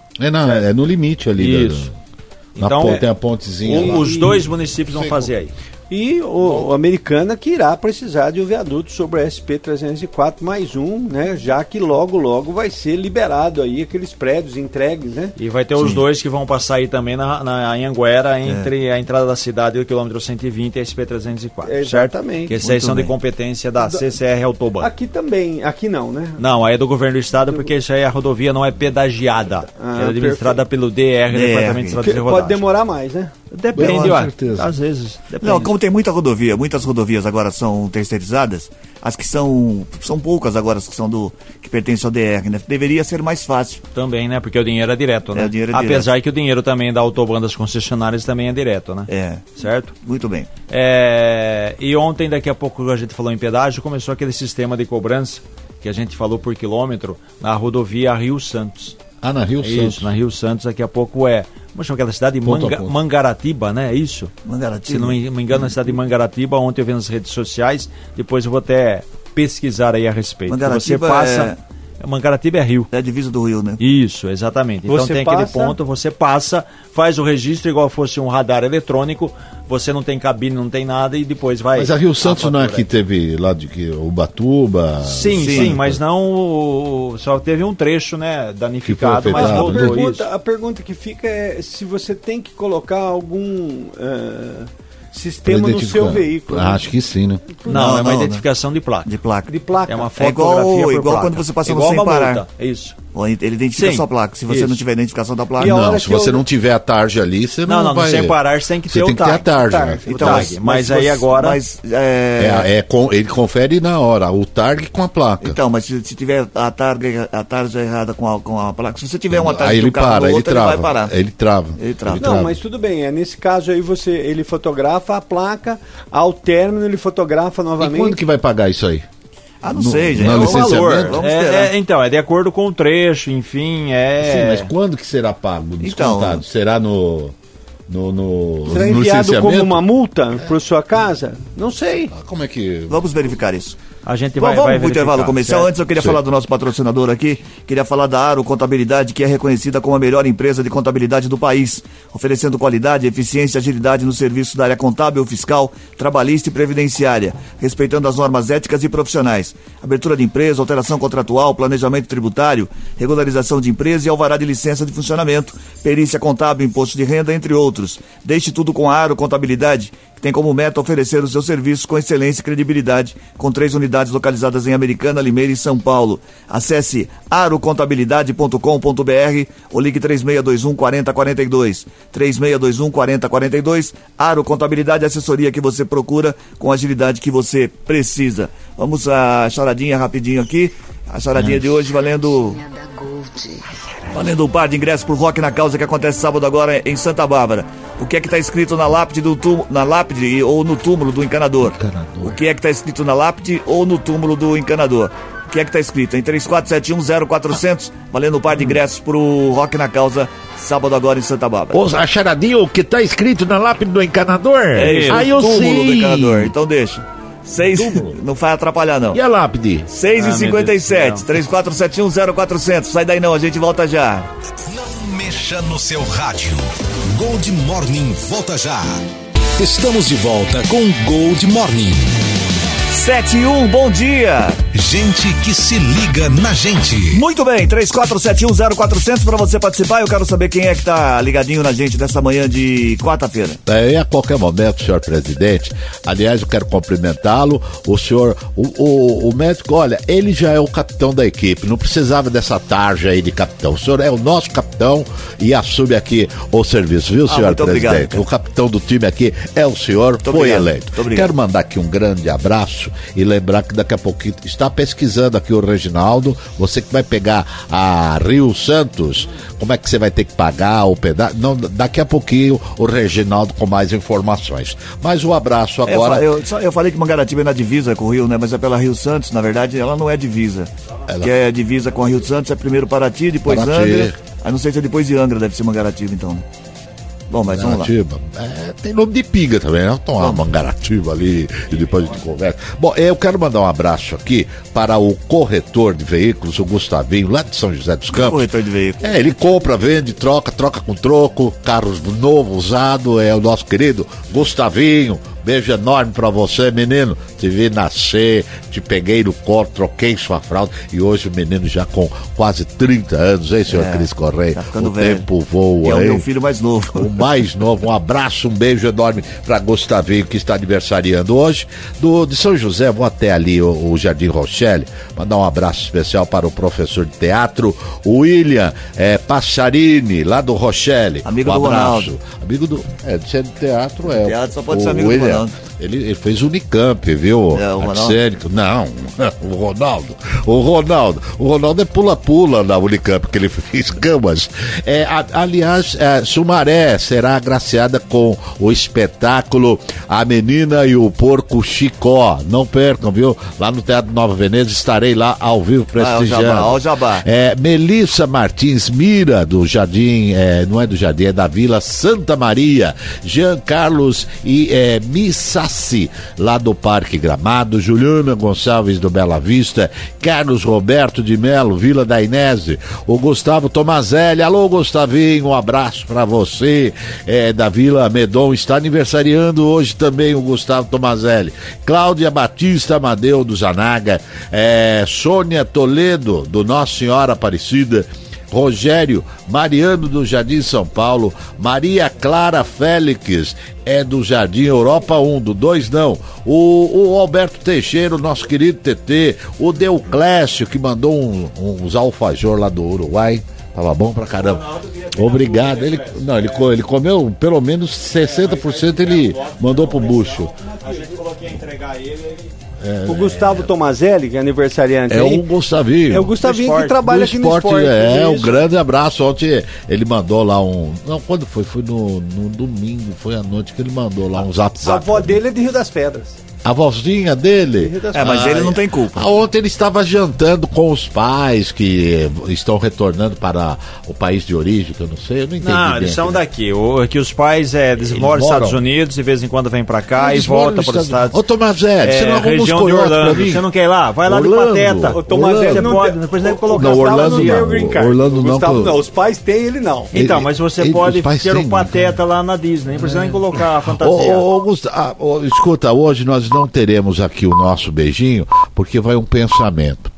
É no limite ali. Isso. Então, tem a pontezinha lá. Os dois municípios vão fazer aí. E o Americana que irá precisar de um viaduto sobre a SP-304, mais um, já que logo vai ser liberado aí aqueles prédios entregues, E vai ter os dois que vão passar aí também na Anhanguera, entre a entrada da cidade e o quilômetro 120 e a SP-304. Exatamente. Que esses são de competência da CCR Autoban. Aqui também, aqui não, Não, aí é do governo do estado, porque isso aí a rodovia não é pedagiada. Ela é administrada pelo DR, Departamento de Estradas e Rodagem. Pode demorar mais, Depende, às vezes. Depende. Não, como tem muita rodovia, muitas rodovias agora são terceirizadas, as que são poucas agora que pertencem ao DR, Deveria ser mais fácil. Também, Porque o dinheiro é direto, o dinheiro é Apesar direto. que o dinheiro também da Autoban das concessionárias também é direto, Certo? Muito bem. E ontem, daqui a pouco, a gente falou em pedágio, começou aquele sistema de cobrança que a gente falou por quilômetro na rodovia Rio Santos. Na Rio Santos. Isso, na Rio Santos, daqui a pouco como chama aquela cidade? Mangaratiba, É isso? Mangaratiba. Se não me engano, na cidade de Mangaratiba, ontem eu vi nas redes sociais, depois eu vou até pesquisar aí a respeito. Mangaratiba você passa... Mangaratiba é Rio. É a divisa do Rio, Isso, exatamente. Então tem aquele ponto, você passa, faz o registro igual fosse um radar eletrônico, você não tem cabine, não tem nada e depois vai... Mas a Rio Santos não é que teve lá de Ubatuba? Sim, mas não... Só teve um trecho, danificado, mas voltou isso. A pergunta que fica é se você tem que colocar algum... sistema no seu veículo. Acho que sim, né? Não, é uma identificação de placa. De placa. De placa. É uma fotografia por igual placa. quando você passa no Igual sem uma parar. multa. Isso. Ele identifica Sim. sua placa. Se você Isso. não tiver identificação da placa... E a Não, hora se que você eu- não tiver a tarja ali, você não, Não, vai... sem parar você tem que ter Você o tem que ter a tag. tarja. né? Então, Mas aí você- agora- Mas, Ele confere na hora, o tag com a placa. Então, mas se tiver a tarja errada com a placa... Se você tiver uma tarja Aí de ele um carro para, do ele outro, ele vai trava. parar. Ele trava. Ele trava. Não, mas tudo bem. Nesse caso aí ele fotografa a placa, ao término ele fotografa E novamente. quando que vai pagar isso aí? Não sei, gente. no É o licenciamento? valor. Vamos esperar. Então, é de acordo com o trecho, enfim, Sim, mas quando que será pago? Descontado? Será no Será no enviado licenciamento? como uma multa para sua casa? Não sei. Como é que... Vamos verificar isso. a gente Vamos vai pro intervalo verificar, comercial. certo? Antes eu queria Sim. falar do nosso patrocinador aqui. Queria falar da Aro Contabilidade, que é reconhecida como a melhor empresa de contabilidade do país, oferecendo qualidade, eficiência e agilidade no serviço da área contábil, fiscal, trabalhista e previdenciária, respeitando as normas éticas e profissionais. Abertura de empresa, alteração contratual, planejamento tributário, regularização de empresa e alvará de licença de funcionamento, perícia contábil, imposto de renda, entre outros. Deixe tudo com a Aro Contabilidade, que tem como meta oferecer os seus serviços com excelência e credibilidade, com 3 unidades localizadas em Americana, Limeira e São Paulo. Acesse arocontabilidade.com.br ou ligue 3621-4042. 3621-4042. Aro Contabilidade, assessoria que você procura com a agilidade que você precisa. Vamos à charadinha rapidinho aqui. A charadinha de hoje valendo um par de ingressos pro Rock na Causa, que acontece sábado agora em Santa Bárbara. O que é que tá escrito na lápide ou no túmulo do encanador? O que é que tá escrito na lápide ou no túmulo do encanador? O que é que tá escrito? Em 3471-0400, valendo um par de ingressos pro Rock na Causa, sábado agora em Santa Bárbara. A charadinha, o que tá escrito na lápide do encanador? É isso, Aí o eu túmulo sei. do encanador. Então deixa. 6, não vai atrapalhar não. E a lápide? 6h57, 3471-0400. Sai daí não, a gente volta já. Não mexa no seu rádio. Gold Morning volta já. Estamos de volta com Gold Morning. 7-1, bom dia. Gente que se liga na gente. Muito bem, 3471-0400 para você participar. Eu quero saber quem é que tá ligadinho na gente nessa manhã de quarta-feira. A qualquer momento, senhor presidente. Aliás, eu quero cumprimentá-lo. O senhor, o médico, olha, ele já é o capitão da equipe. Não precisava dessa tarja aí de capitão. O senhor é o nosso capitão e assume aqui o serviço, viu, senhor muito presidente? obrigado, cara. O capitão do time aqui é o senhor, Muito foi obrigado, eleito. muito obrigado. Quero mandar aqui um grande abraço e lembrar que daqui a pouquinho está pesquisando aqui o Reginaldo. Você que vai pegar a Rio Santos, como é que você vai ter que pagar o pedaço? Não, daqui a pouquinho o Reginaldo com mais informações. Mas o abraço agora. Eu falei que Mangaratiba é na divisa com o Rio, né? Mas é pela Rio Santos, na verdade, ela não é divisa. Que é divisa com a Rio Santos, é primeiro Paraty, depois Paraty. Angra. Aí não sei se é depois de Angra, deve ser Mangaratiba, então. Né? Bom, mas vamos lá. Mangaratiba. Tem nome de pinga também, né? Então, a Mangaratiba ali e depois a gente conversa. Bom, eu quero mandar um abraço aqui para o corretor de veículos, o Gustavinho, lá de São José dos Campos. Corretor de veículos. Ele compra, vende, troca com troco, carros novo, usado, é o nosso querido Gustavinho. Beijo enorme pra você, menino. Te vi nascer, te peguei no colo, troquei sua fralda e hoje o menino já com quase 30 anos, hein, senhor Cris Correia? Tá ficando O velho. tempo voa, E é o hein? meu filho mais novo. O mais novo, um abraço, um beijo enorme para Gustavinho, que está aniversariando hoje. De São José, vou até ali o Jardim Rochelle, mandar um abraço especial para o professor de teatro, o William Passarini, lá do Rochelle. Amigo um do abraço. Ronaldo. Amigo do. De teatro é. Teatro só pode o ser amigo do William. Ronaldo. Ele fez Unicamp, viu? O Ronaldo? Arsênico. Não, o Ronaldo. O Ronaldo é pula-pula na Unicamp, que ele fez camas. Aliás, Sumaré será agraciada com o espetáculo A Menina e o Porco Chicó. Não percam, viu? Lá no Teatro Nova Veneza, estarei lá ao vivo prestigiando. Ó o Jabá. Melissa Martins Mira, do Jardim, não é do Jardim, é da Vila Santa Maria. Jean Carlos e Missassi, lá do Parque Gramado. Juliana Gonçalves do Bela Vista. Carlos Roberto de Melo, Vila da Inese. O Gustavo Tomazelli. Alô, Gustavinho, um abraço pra você. Da Vila Medon, está aniversariando hoje também o Gustavo Tomazelli. Cláudia Batista Amadeu do Zanaga. Sônia Toledo, do Nossa Senhora Aparecida. Rogério Mariano do Jardim São Paulo, Maria Clara Félix é do Jardim Europa 1, do 2 não, o Alberto Teixeira, o nosso querido TT, o Deuclésio que mandou uns alfajor lá do Uruguai, tava bom pra caramba, obrigado, ele comeu pelo menos 60%, ele mandou pro bucho. A gente falou que ia entregar ele. O Gustavo Tomazelli, que é aniversariante aí. O Gustavinho. É o Gustavinho que trabalha aqui no esporte. Um grande abraço. Ontem ele mandou lá Não, quando foi? Foi no domingo, foi à noite que ele mandou lá um zap. A avó dele é de Rio das Pedras. A vozinha dele? Mas ele não tem culpa. Ontem ele estava jantando com os pais que estão retornando para o país de origem, que eu não sei, eu não entendi. Não, eles são daqui. Aqui os pais moram nos Estados Unidos, de vez em quando vem pra cá e volta para os Estados. Ô Tomazelli, você não arruma uns coiotes pra mim? Você não quer ir lá? Vai lá de Pateta. Ô Tomazelli, você pode, depois deve colocar. Não, Orlando não, os pais têm, ele não. Então, mas você pode ter o Pateta lá na Disney, nem precisa nem colocar a fantasia. Escuta, hoje nós não teremos aqui o nosso beijinho, porque vai um pensamento.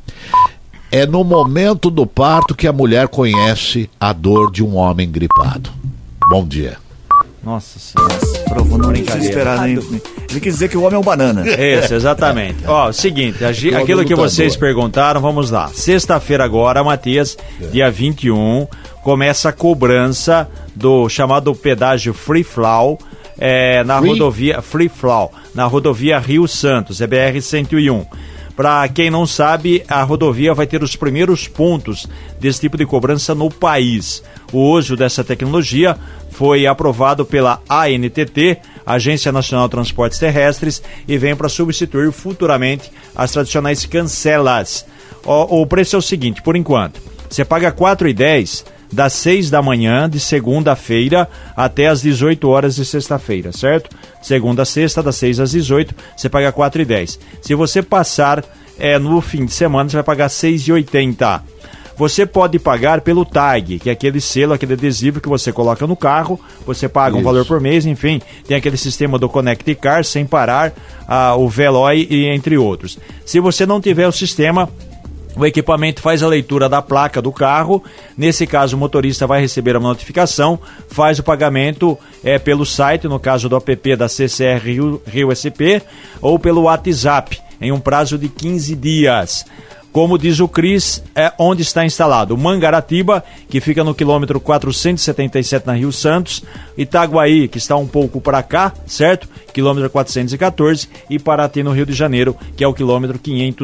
É no momento do parto que a mulher conhece a dor de um homem gripado. Bom dia. Nossa senhora. Profundo brincadeira. Ele quis dizer que o homem é um banana. Isso, exatamente. Ó, seguinte, aquilo que vocês perguntaram, vamos lá. Sexta-feira agora, Matias, dia 21, começa a cobrança do chamado pedágio Free Flow, na rodovia Free Flow, na rodovia Rio Santos, BR-101. Para quem não sabe, a rodovia vai ter os primeiros pontos desse tipo de cobrança no país. O uso dessa tecnologia foi aprovado pela ANTT, Agência Nacional de Transportes Terrestres, e vem para substituir futuramente as tradicionais cancelas. O preço é o seguinte, por enquanto, você paga R$ 4,10 das 6 da manhã de segunda-feira até as 18 horas de sexta-feira, certo? Segunda a sexta, das 6 às 18, você paga R$ 4,10. Se você passar no fim de semana, você vai pagar R$ 6,80. Você pode pagar pelo tag, que é aquele selo, aquele adesivo que você coloca no carro, você paga um valor por mês, enfim, tem aquele sistema do Connect Car, sem parar, o Veloy e entre outros. Se você não tiver o sistema, o equipamento faz a leitura da placa do carro. Nesse caso, o motorista vai receber uma notificação, faz o pagamento pelo site, no caso do app da CCR Rio SP, ou pelo WhatsApp, em um prazo de 15 dias. Como diz o Cris, onde está instalado? Mangaratiba, que fica no quilômetro 477 na Rio Santos, Itaguaí, que está um pouco para cá, certo? Quilômetro 414, e Paraty, no Rio de Janeiro, que é o quilômetro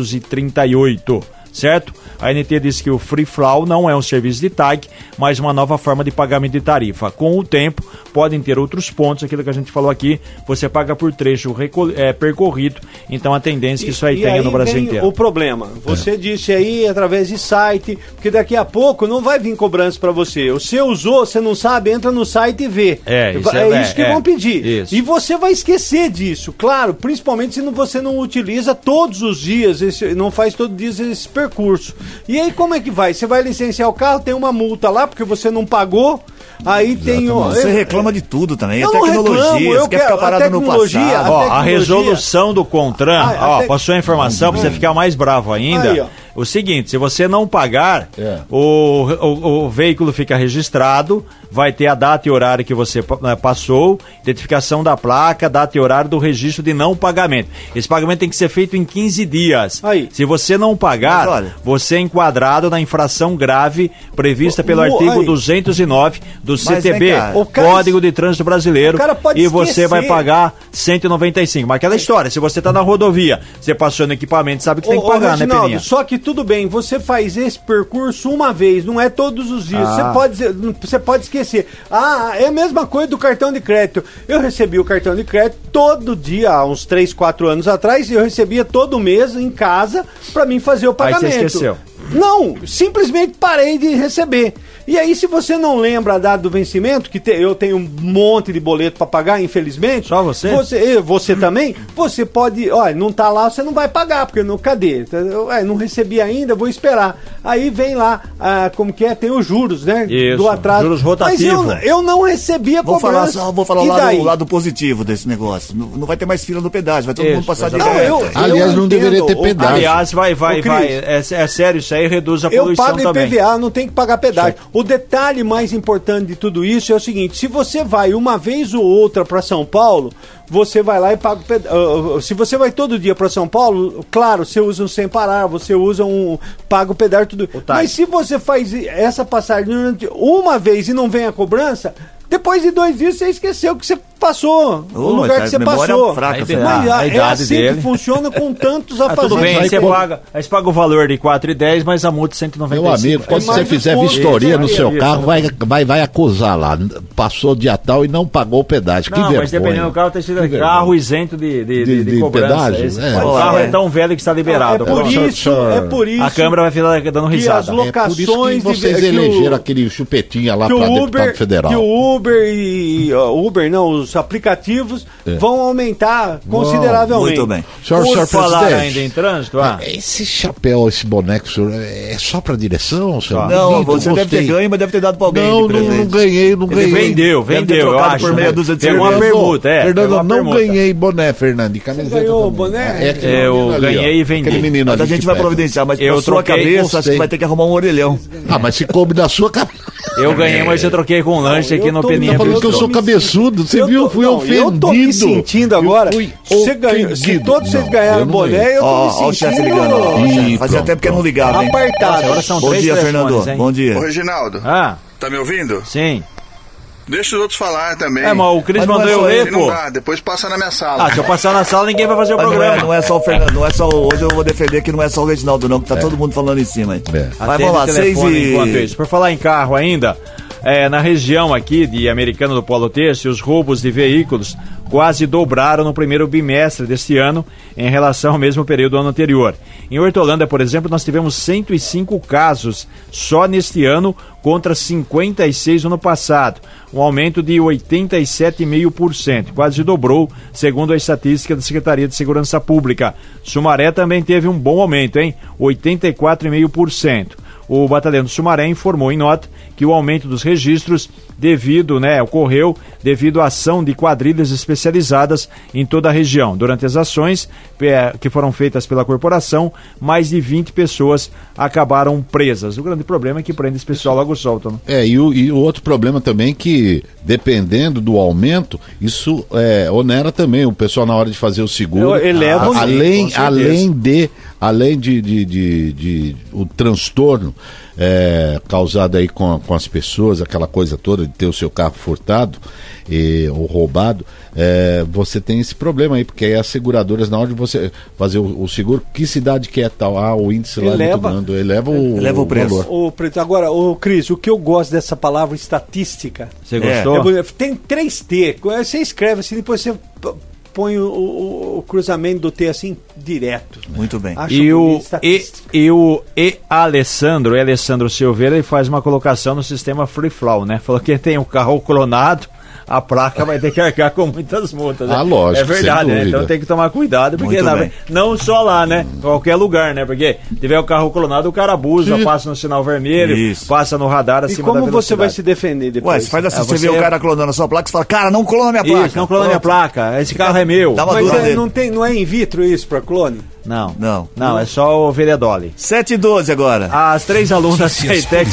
538. Certo? A ANT diz que o Free Flow não é um serviço de tag, mas uma nova forma de pagamento de tarifa. Com o tempo, podem ter outros pontos, aquilo que a gente falou aqui, você paga por trecho percorrido, então a tendência é que isso aí tenha no Brasil inteiro. O problema, você disse aí através de site, porque daqui a pouco não vai vir cobrança para você. Você usou, você não sabe, entra no site e vê. Isso que vão pedir. Isso. E você vai esquecer disso, claro, principalmente se você não utiliza todos os dias, não faz todo dia esse percurso. E aí como é que vai? Você vai licenciar o carro, tem uma multa lá porque você não pagou, aí tem Você reclama de tudo também, a tecnologia, você quer ficar parado no passado. A resolução do CONTRAN, passou a informação para você ficar mais bravo ainda. Aí, o seguinte, se você não pagar, o veículo fica registrado, vai ter a data e horário que você passou, identificação da placa, data e horário do registro de não pagamento. Esse pagamento tem que ser feito em 15 dias. Aí. Se você não pagar, você é enquadrado na infração grave prevista pelo artigo 209 do CTB, Código de Trânsito Brasileiro, e você vai pagar 195. Mas aquela história, se você está na rodovia, você passou no equipamento, sabe que tem que pagar, né, Peninha? Só que tudo bem, você faz esse percurso uma vez, não é todos os dias. Você pode esquecer. É a mesma coisa do cartão de crédito. Eu recebi o cartão de crédito todo dia, há uns 3, 4 anos atrás, e eu recebia todo mês em casa para mim fazer o pagamento. Aí você esqueceu. Não, simplesmente parei de receber. E aí, se você não lembra a data do vencimento, que eu tenho um monte de boleto para pagar, infelizmente. Só você? Você também, você pode, olha, não tá lá, você não vai pagar, porque cadê? Não recebi ainda, vou esperar. Aí vem lá, como que é? Tem os juros, né? Isso, do atraso. Juros rotativos. Mas eu não recebi a cobrança. Vou falar o lado positivo desse negócio. Não vai ter mais fila no pedágio, vai todo mundo passar direto. Aliás, não deveria ter pedágio. Aliás, vai. É sério isso Isso aí reduz a poluição também. Eu pago também. IPVA, não tem que pagar pedágio. O detalhe mais importante de tudo isso é o seguinte, se você vai uma vez ou outra para São Paulo, você vai lá e paga o pedágio. Se você vai todo dia para São Paulo, claro, você usa um sem parar, você usa paga o pedágio, tudo. Mas se você faz essa passagem uma vez e não vem a cobrança, depois de 2 dias você esqueceu que você passou, o lugar que você passou. Fraca, mas a idade assim dele. que funciona com tantos a fazer. Tudo bem, você paga o valor de 4,10, mas a multa 195. Meu amigo, quando você fizer vistoria no seu carro, vai acusar lá. Passou dia tal e não pagou o pedágio. Não, mas dependendo do carro, tem sido carro isento de cobrança. Pedágio? O carro é tão velho que está liberado. É por isso a câmera vai ficar dando risada. As locações que vocês elegeram aquele chupetinha lá para deputado federal. Que o Uber os aplicativos vão aumentar consideravelmente. Muito bem. Senhor falar ainda em trânsito, esse chapéu, esse boneco, senhor, é só para direção, senhor? Não, você deve ter ganho, mas deve ter dado para alguém. Não ganhei. Vendeu, eu acho. Por meia dúzia de pegou uma permuta, Fernando, não ganhei boné, Fernando. Camiseta ganhou o boné? Eu ganhei e vendi. Mas a gente vai providenciar, mas eu sua cabeça, acho que vai ter que arrumar um orelhão. Mas se coube da sua cabeça. Eu ganhei, mas eu troquei com um lanche aqui no Peninha. Tá falando que eu sou cabeçudo, você viu? Fui ofendido. Eu tô me sentindo agora. Você ganhou, se todos vocês ganharam boné, eu tô me sentindo. Ó, o chefe ligando. Fazia tempo que não ligava, hein? Apartado. Agora são Bom dia, Fernando. Bom dia. Ô, Reginaldo. Tá me ouvindo? Sim. Deixa os outros falar também. Mas o Cris mandou eu ler, pô. Depois passa na minha sala. Se eu passar na sala, ninguém vai fazer o programa. Não é só o Fernando, hoje eu vou defender que não é só o Reginaldo não, que tá todo mundo falando em cima aí. Vai, vamos lá, 6 e... Por falar em carro ainda, na região aqui de Americana do Polo Terço, os roubos de veículos quase dobraram no primeiro bimestre deste ano em relação ao mesmo período do ano anterior. Em Hortolândia, por exemplo, nós tivemos 105 casos só neste ano contra 56 no ano passado, um aumento de 87,5%, quase dobrou, segundo a estatística da Secretaria de Segurança Pública. Sumaré também teve um bom aumento, 84,5%. O Batalhão do Sumaré informou em nota que o aumento dos registros ocorreu devido à ação de quadrilhas especializadas em toda a região. Durante as ações que foram feitas pela corporação, mais de 20 pessoas acabaram presas. O grande problema é que prende esse pessoal logo solto. Né? E o outro problema também é que, dependendo do aumento, isso onera também o pessoal na hora de fazer o seguro. Além de o transtorno causado aí com as pessoas, aquela coisa toda de ter o seu carro furtado ou roubado, você tem esse problema aí, porque aí as seguradoras, na hora de você fazer o seguro, que cidade que é tal? O índice lá eleva o preço. Agora, Cris, o que eu gosto dessa palavra estatística. Você gostou? Tem 3 T. Você escreve assim, depois você põe o cruzamento do T assim direto. Muito bem. O Alessandro Silveira, ele faz uma colocação no sistema Free Flow, né? Falou que tem um carro clonado, a placa vai ter que arcar com muitas multas. Né? Lógico. É verdade, né? Então tem que tomar cuidado, porque não só lá, né? Qualquer lugar, né? Porque tiver o carro clonado, o cara abusa, passa no sinal vermelho, passa no radar acima da velocidade. E como você vai se defender depois? Você faz assim, você vê o cara clonando a sua placa, você fala, cara, não clona minha placa. Isso, não clona minha placa, esse carro é meu. Mas não é in vitro isso pra clone? Não, é só o Veredoli. 7h12 agora. As 3 alunas da CETEC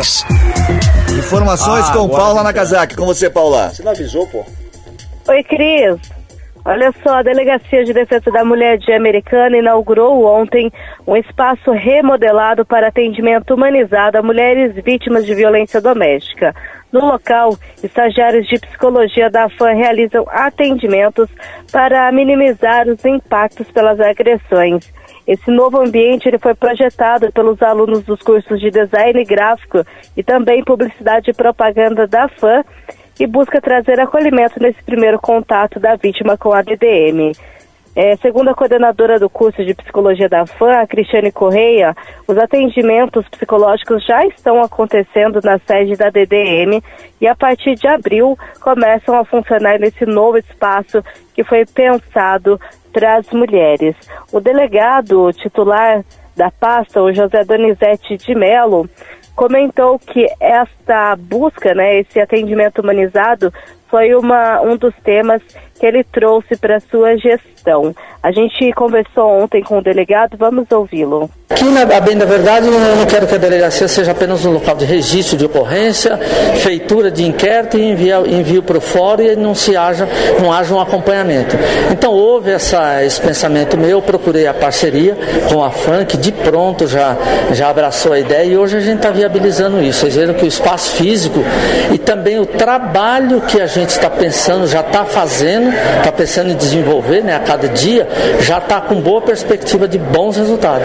Informações com Paula Nakazaki. Com você, Paula. Você não avisou, pô? Oi, Cris. Olha só, a Delegacia de Defesa da Mulher de Americana inaugurou ontem um espaço remodelado para atendimento humanizado a mulheres vítimas de violência doméstica. No local, estagiários de psicologia da AFAM realizam atendimentos para minimizar os impactos pelas agressões. Esse novo ambiente ele foi projetado pelos alunos dos cursos de design gráfico e também publicidade e propaganda da AFAM e busca trazer acolhimento nesse primeiro contato da vítima com a DDM. Segundo a coordenadora do curso de psicologia da AFAM, a Cristiane Correia, os atendimentos psicológicos já estão acontecendo na sede da DDM e a partir de abril começam a funcionar nesse novo espaço que foi pensado para as mulheres. O delegado titular da pasta, o José Donizete de Mello, comentou que esta busca, esse atendimento humanizado, foi um dos temas que ele trouxe para sua gestão. A gente conversou ontem com o delegado, vamos ouvi-lo. Aqui, a bem da verdade, eu não quero que a delegacia seja apenas um local de registro de ocorrência, feitura de inquérito e envio para o fórum e não haja um acompanhamento. Então houve esse pensamento meu, eu procurei a parceria com a FAN, que de pronto já abraçou a ideia e hoje a gente está viabilizando isso. Vocês viram que o espaço físico e também o trabalho que a gente está pensando, já está fazendo, está pensando em desenvolver, né, a cada dia, já está com boa perspectiva de bons resultados.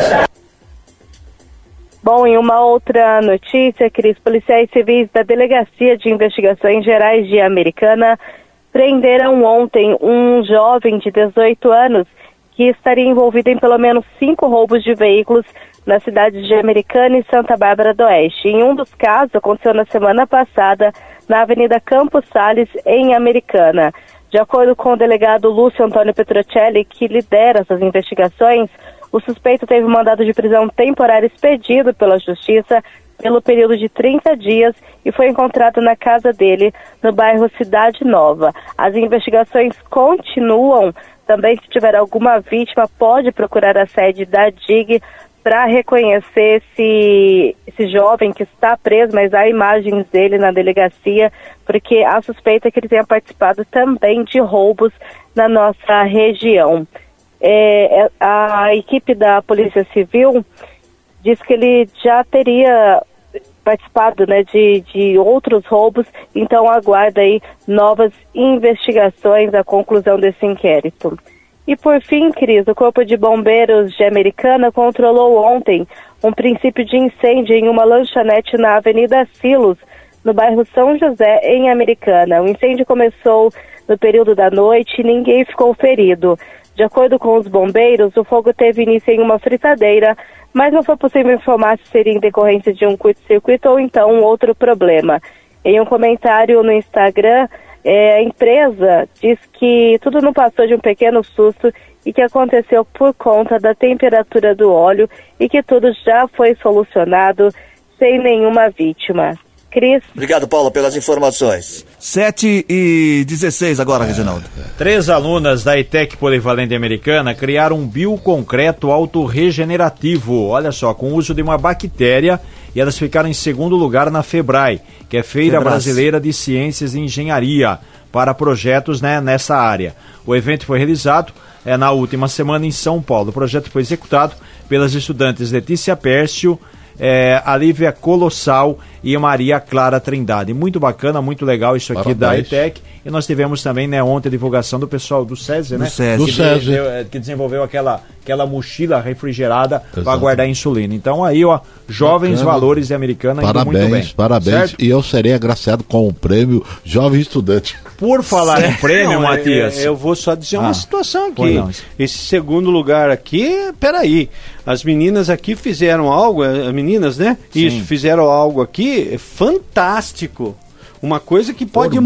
Bom, em uma outra notícia, Cris, policiais civis da Delegacia de Investigações Gerais de Americana prenderam ontem um jovem de 18 anos que estaria envolvido em pelo menos 5 roubos de veículos na cidade de Americana e Santa Bárbara do Oeste. Em um dos casos, aconteceu na semana passada na Avenida Campos Sales, em Americana. De acordo com o delegado Lúcio Antônio Petrocelli, que lidera essas investigações, o suspeito teve um mandado de prisão temporário expedido pela Justiça pelo período de 30 dias e foi encontrado na casa dele, no bairro Cidade Nova. As investigações continuam. Também, se tiver alguma vítima, pode procurar a sede da DIG para reconhecer esse jovem que está preso, mas há imagens dele na delegacia, porque a suspeita é que ele tenha participado também de roubos na nossa região. A equipe da Polícia Civil diz que ele já teria participado, né, de outros roubos, então aguarda aí novas investigações, a conclusão desse inquérito. E por fim, Cris, o Corpo de Bombeiros de Americana controlou ontem um princípio de incêndio em uma lanchonete na Avenida Silos, no bairro São José, em Americana. O incêndio começou no período da noite e ninguém ficou ferido. De acordo com os bombeiros, o fogo teve início em uma fritadeira, mas não foi possível informar se seria em decorrência de um curto-circuito ou então um outro problema. Em um comentário no Instagram, a empresa diz que tudo não passou de um pequeno susto e que aconteceu por conta da temperatura do óleo e que tudo já foi solucionado sem nenhuma vítima. Cris. Obrigado, Paulo, pelas informações. 7h16 agora, Reginaldo. 3 alunas da ETEC Polivalente Americana criaram um bioconcreto autorregenerativo, olha só, com o uso de uma bactéria, e elas ficaram em segundo lugar na FEBRAE, que é Feira Brasileira de Ciências e Engenharia, para projetos, né, nessa área. O evento foi realizado na última semana em São Paulo. O projeto foi executado pelas estudantes Letícia Pércio, a Lívia Colossal e a Maria Clara Trindade. Muito bacana, muito legal isso aqui. Parabéns. Da ETEC. E nós tivemos também, né, ontem a divulgação do pessoal do SESI, né? Do SESI. Que desenvolveu aquela mochila refrigerada para guardar insulina. Então aí, ó, jovens bacana. Valores de Americana. Parabéns, muito bem. Parabéns. Certo? E eu serei agraciado com o prêmio Jovem Estudante. Por falar em prêmio, Matias. Eu vou só dizer uma situação aqui. Esse segundo lugar aqui, peraí. As meninas aqui fizeram algo, as meninas, né? Sim. Isso, fizeram algo aqui fantástico. Uma coisa que pode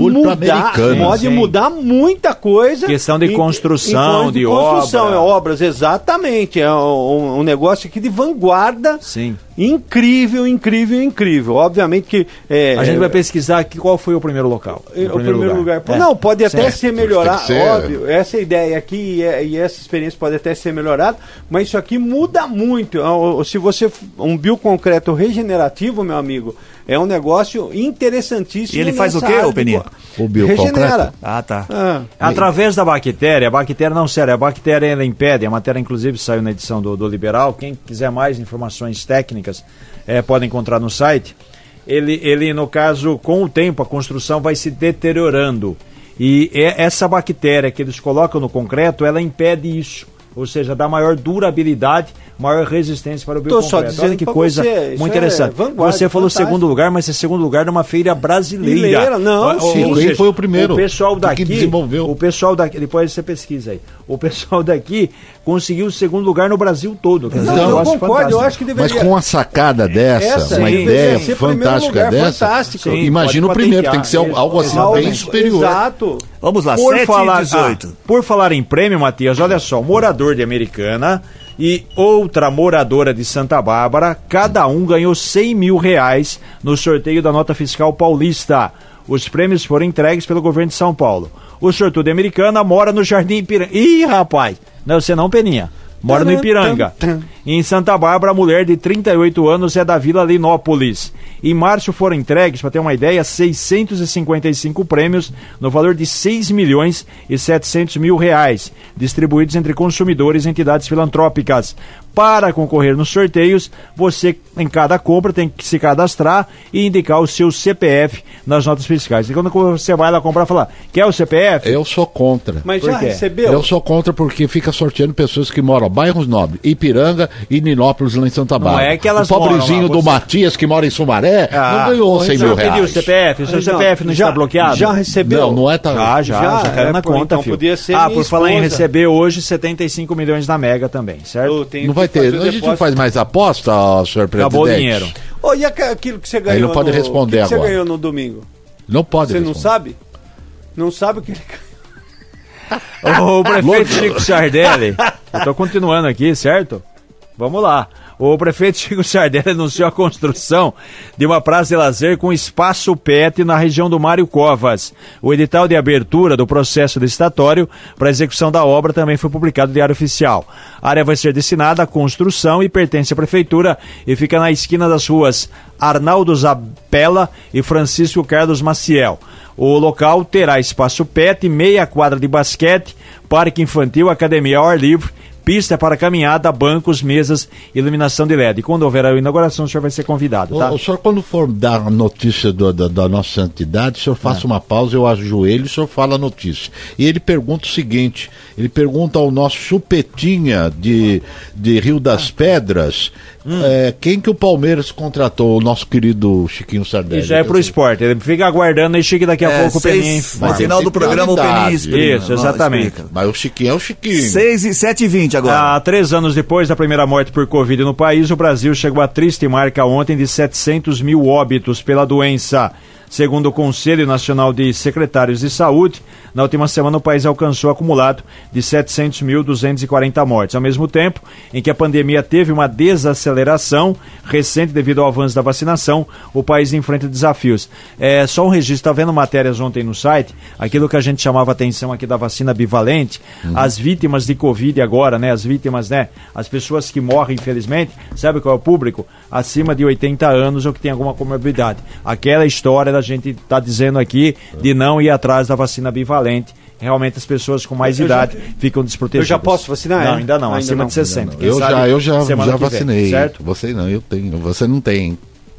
mudar muita coisa. Questão de construção, de obras, exatamente. É um negócio aqui de vanguarda. Sim. Incrível, incrível, incrível. Obviamente que... a gente vai pesquisar aqui qual foi o primeiro local. O primeiro lugar. Não, pode até ser melhorado, óbvio. Essa ideia aqui e essa experiência pode até ser melhorada, mas isso aqui muda muito. Se você... Um bioconcreto regenerativo, meu amigo, é um negócio interessantíssimo. E ele faz o quê, ô Peninha? O bioconcreto? Regenera. Tá. Através da bactéria, a bactéria ela impede, a matéria inclusive saiu na edição do Liberal, quem quiser mais informações técnicas pode encontrar no site. Ele, no caso, com o tempo, a construção vai se deteriorando. E essa bactéria que eles colocam no concreto, ela impede isso. Ou seja, dá maior durabilidade, maior resistência para o bioconcreto. Olha que coisa muito interessante. Você falou segundo lugar, mas é segundo lugar numa feira brasileira. Sim, foi o primeiro. O pessoal daqui desenvolveu. O pessoal daqui, depois você pesquisa aí. O pessoal daqui conseguiu o segundo lugar no Brasil todo. Eu concordo, eu acho que deveria. Mas com uma sacada dessa, uma ideia fantástica dessa, imagina o primeiro, tem que ser algo assim bem superior. Exato. Vamos lá, 7h18. Por falar em prêmio, Matias, olha só, morador de Americana e outra moradora de Santa Bárbara, cada um ganhou R$100 mil no sorteio da nota fiscal paulista. Os prêmios foram entregues pelo governo de São Paulo. O sortudo de Americana mora no Jardim Ipiranga. Ih, rapaz! Não, você não, Peninha. Mora no Ipiranga. Em Santa Bárbara, a mulher de 38 anos é da Vila Linópolis. Em março foram entregues, para ter uma ideia, 655 prêmios no valor de 6.700.000 reais, distribuídos entre consumidores e entidades filantrópicas. Para concorrer nos sorteios, você em cada compra tem que se cadastrar e indicar o seu CPF nas notas fiscais. E quando você vai lá comprar, falar, quer o CPF? Eu sou contra. Mas já recebeu? Eu sou contra porque fica sorteando pessoas que moram bairros nobres, Ipiranga e Ninópolis, lá em Santa Bárbara. Não é que elas o pobrezinho do Matias, que mora em Sumaré, não ganhou 100 mil reais. Pediu o CPF? O seu CPF não está bloqueado? Já recebeu? Não é tá. Já caiu na conta, então filho. Podia ser por falar em receber hoje, 75 milhões na Mega também, certo? Não vai ter. A gente não faz mais aposta, senhor presidente? Acabou o dinheiro. E aquilo que você ganhou? Ele não pode responder agora. O que você ganhou no domingo? Não pode responder. Você não sabe? Não sabe o que ele ganhou? O prefeito Chico Sardelli, eu tô continuando aqui, certo? Vamos lá. O prefeito Chico Sardelli anunciou a construção de uma praça de lazer com espaço pet na região do Mário Covas. O edital de abertura do processo licitatório para a execução da obra também foi publicado no Diário Oficial. A área vai ser destinada à construção e pertence à prefeitura e fica na esquina das ruas Arnaldo Zapella e Francisco Carlos Maciel. O local terá espaço pet, meia quadra de basquete, parque infantil, academia ao ar livre, pista para caminhada, bancos, mesas, iluminação de LED. E quando houver a inauguração, o senhor vai ser convidado, tá? O senhor, quando for dar a notícia da nossa entidade, o senhor faça uma pausa, eu ajoelho e o senhor fala a notícia. E ele pergunta o seguinte, ele pergunta ao nosso Chupetinha de Rio das Pedras, quem que o Palmeiras contratou, o nosso querido Chiquinho Sardelli. Isso é pro esporte, ele fica aguardando aí, Chique, daqui a pouco o Peninha. No final do programa o Peninha explica. Isso, exatamente. Mas o Chiquinho é o Chiquinho. 7h20 agora. 3 anos depois da primeira morte por Covid no país, o Brasil chegou à triste marca ontem de 700 mil óbitos pela doença. Segundo o Conselho Nacional de Secretários de Saúde, na última semana o país alcançou acumulado de 700.240 mortes. Ao mesmo tempo em que a pandemia teve uma desaceleração recente devido ao avanço da vacinação, o país enfrenta desafios. Só um registro, está vendo matérias ontem no site, aquilo que a gente chamava atenção aqui da vacina bivalente, as vítimas de Covid agora, né, as vítimas, né, as pessoas que morrem, infelizmente, sabe qual é o público? Acima de 80 anos ou que tem alguma comorbidade. Aquela história da gente está dizendo aqui de não ir atrás da vacina bivalente. Realmente as pessoas com mais idade ficam desprotegidas. Eu já posso vacinar? Não, ainda não, acima de 60. Eu já vacinei. Certo? Você não, eu tenho. Você não tem.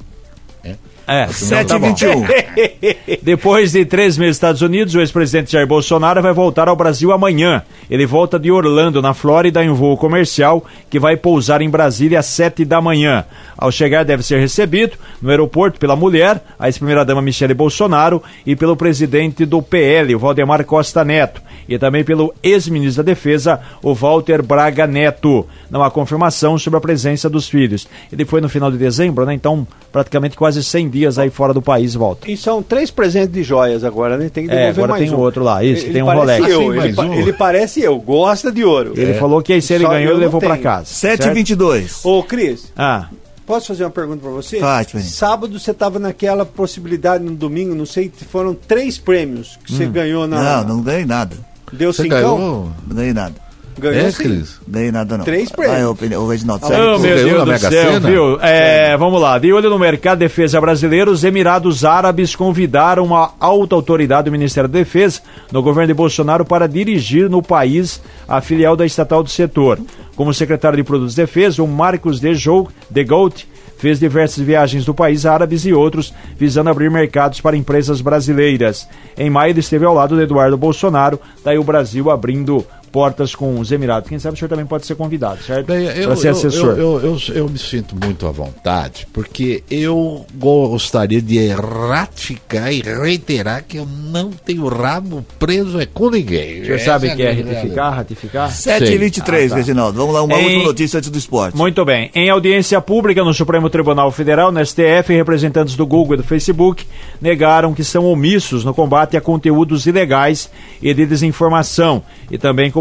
7h21. Depois de 3 meses nos Estados Unidos, o ex-presidente Jair Bolsonaro vai voltar ao Brasil amanhã. Ele volta de Orlando, na Flórida, em um voo comercial que vai pousar em Brasília às 7 da manhã. Ao chegar, deve ser recebido no aeroporto pela mulher, a ex-primeira-dama Michele Bolsonaro, e pelo presidente do PL, o Valdemar Costa Neto, e também pelo ex-ministro da Defesa, o Walter Braga Neto. Não há confirmação sobre a presença dos filhos. Ele foi no final de dezembro, né? Então, praticamente quase 100 dias aí fora do país, volta. E são 3 presentes de joias agora, né? Tem que devolver agora mais tem outro lá, isso, que tem um Rolex. Ele parece gosta de ouro. Ele falou que aí se ele ganhou, ele levou pra casa. 7h22. Ô, Cris. Ah. Posso fazer uma pergunta pra você? Pode. Sábado você tava naquela possibilidade, no domingo, não sei, foram 3 prêmios que você ganhou na... Não ganhei nada. Deu 5? Não ganhei nada. Ganhou sim. Cris? Ganhei nada não. 3 prêmios. O Reginaldo. Oh, meu Deus do céu, viu? Vamos lá. De olho no mercado de defesa brasileiro, os Emirados Árabes convidaram uma alta autoridade do Ministério da Defesa no governo de Bolsonaro para dirigir no país a filial da estatal do setor. Como secretário de Produtos de Defesa, o Marcos de Gout fez diversas viagens do país árabes e outros, visando abrir mercados para empresas brasileiras. Em maio, ele esteve ao lado de Eduardo Bolsonaro, daí o Brasil abrindo portas com os Emirados. Quem sabe o senhor também pode ser convidado, certo? Para ser assessor. Eu me sinto muito à vontade, porque eu gostaria de ratificar e reiterar que eu não tenho rabo preso com ninguém. O senhor sabe o que é ratificar? 7h23, Reginaldo. Vamos lá, uma última notícia antes do esporte. Muito bem. Em audiência pública no Supremo Tribunal Federal, no STF, representantes do Google e do Facebook negaram que são omissos no combate a conteúdos ilegais e de desinformação, e também como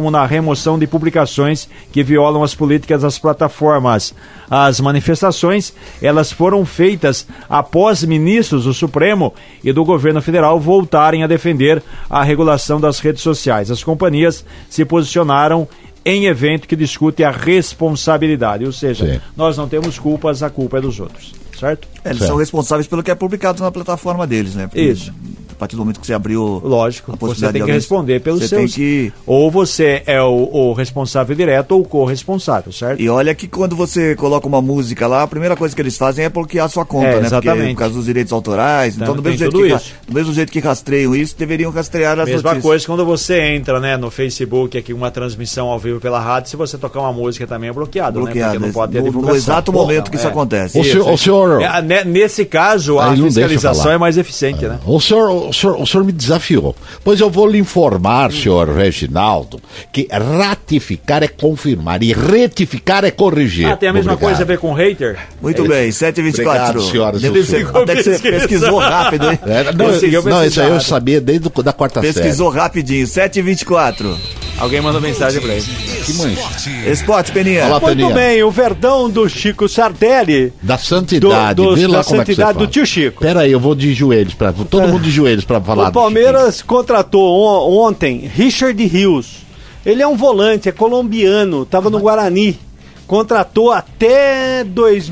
como na remoção de publicações que violam as políticas das plataformas. As manifestações, elas foram feitas após ministros do Supremo e do governo federal voltarem a defender a regulação das redes sociais. As companhias se posicionaram em evento que discute a responsabilidade, ou seja, sim, nós não temos culpas, a culpa é dos outros, certo? Eles são responsáveis pelo que é publicado na plataforma deles, né? Porque isso. A partir do momento que você abriu... Lógico, você tem que responder pelos seus... Que... Ou você é o responsável direto ou o corresponsável, certo? E olha que quando você coloca uma música lá, a primeira coisa que eles fazem é bloquear a sua conta, né? Exatamente. Porque, por causa dos direitos autorais. Então, do mesmo jeito que rastreiam isso, deveriam rastrear as mesma notícias. Coisa quando você entra, né, no Facebook, aqui uma transmissão ao vivo pela rádio, se você tocar uma música também é bloqueado, né? Porque não pode ter divulgação. No exato momento que isso acontece. O senhor... Nesse caso, a fiscalização é mais eficiente, né? O senhor me desafiou. Pois eu vou lhe informar, senhor Reginaldo, que ratificar é confirmar e retificar é corrigir. Tem a mesma coisa a ver com hater? Muito bem, 7h24. Obrigado, senhoras. Até que você pesquisou rápido, hein? Não, isso aí eu sabia desde da quarta série. Pesquisou rapidinho, 7h24. Alguém mandou mensagem pra ele. Que mancha. Esporte, Peninha. Olá, Peninha. Muito bem, o Verdão do Chico Sardelli. Da Santidade. Vê lá como Santidade do tio Chico. Pera aí, eu vou de joelhos, todo mundo de joelhos pra falar. O Palmeiras contratou ontem Richard Rios. Ele é um volante, é colombiano, tava no Guarani. Contratou até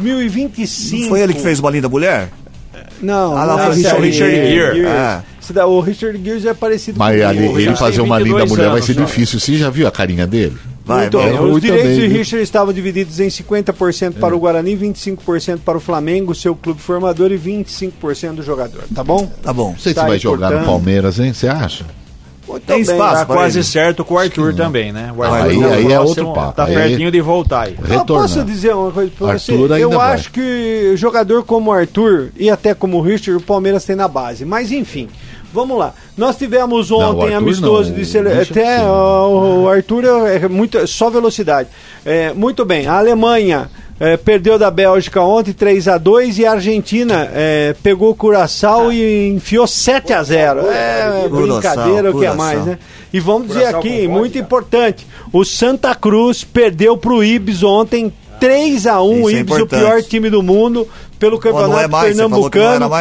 2025. Não foi ele que fez uma linda mulher? Não, foi o Richard Gere. O Richard Gere já é parecido com ele fazer uma linda mulher vai ser difícil. Você já viu a carinha dele? Os direitos de Richard estavam divididos em 50% para o Guarani, 25% para o Flamengo, seu clube formador, e 25% do jogador. Tá bom? Tá bom. Não sei se vai jogar no Palmeiras, hein? Você acha? Tem espaço, tá quase certo com o Arthur também, né? O Arthur aí é outro papo. Tá pertinho de voltar aí. Eu posso dizer uma coisa pra você? Eu acho que jogador como o Arthur e até como o Richard, o Palmeiras tem na base. Mas enfim, vamos lá. Nós tivemos ontem amistoso de seleção. Até o Arthur é só velocidade. Muito bem, a Alemanha perdeu da Bélgica ontem 3-2 e a Argentina pegou o Curaçao e enfiou 7-0. Brincadeira, o que é mais, né? E vamos dizer aqui, muito importante, o Santa Cruz perdeu pro Ibis ontem 3-1, o Ibis, o pior time do mundo, pelo campeonato pernambucano,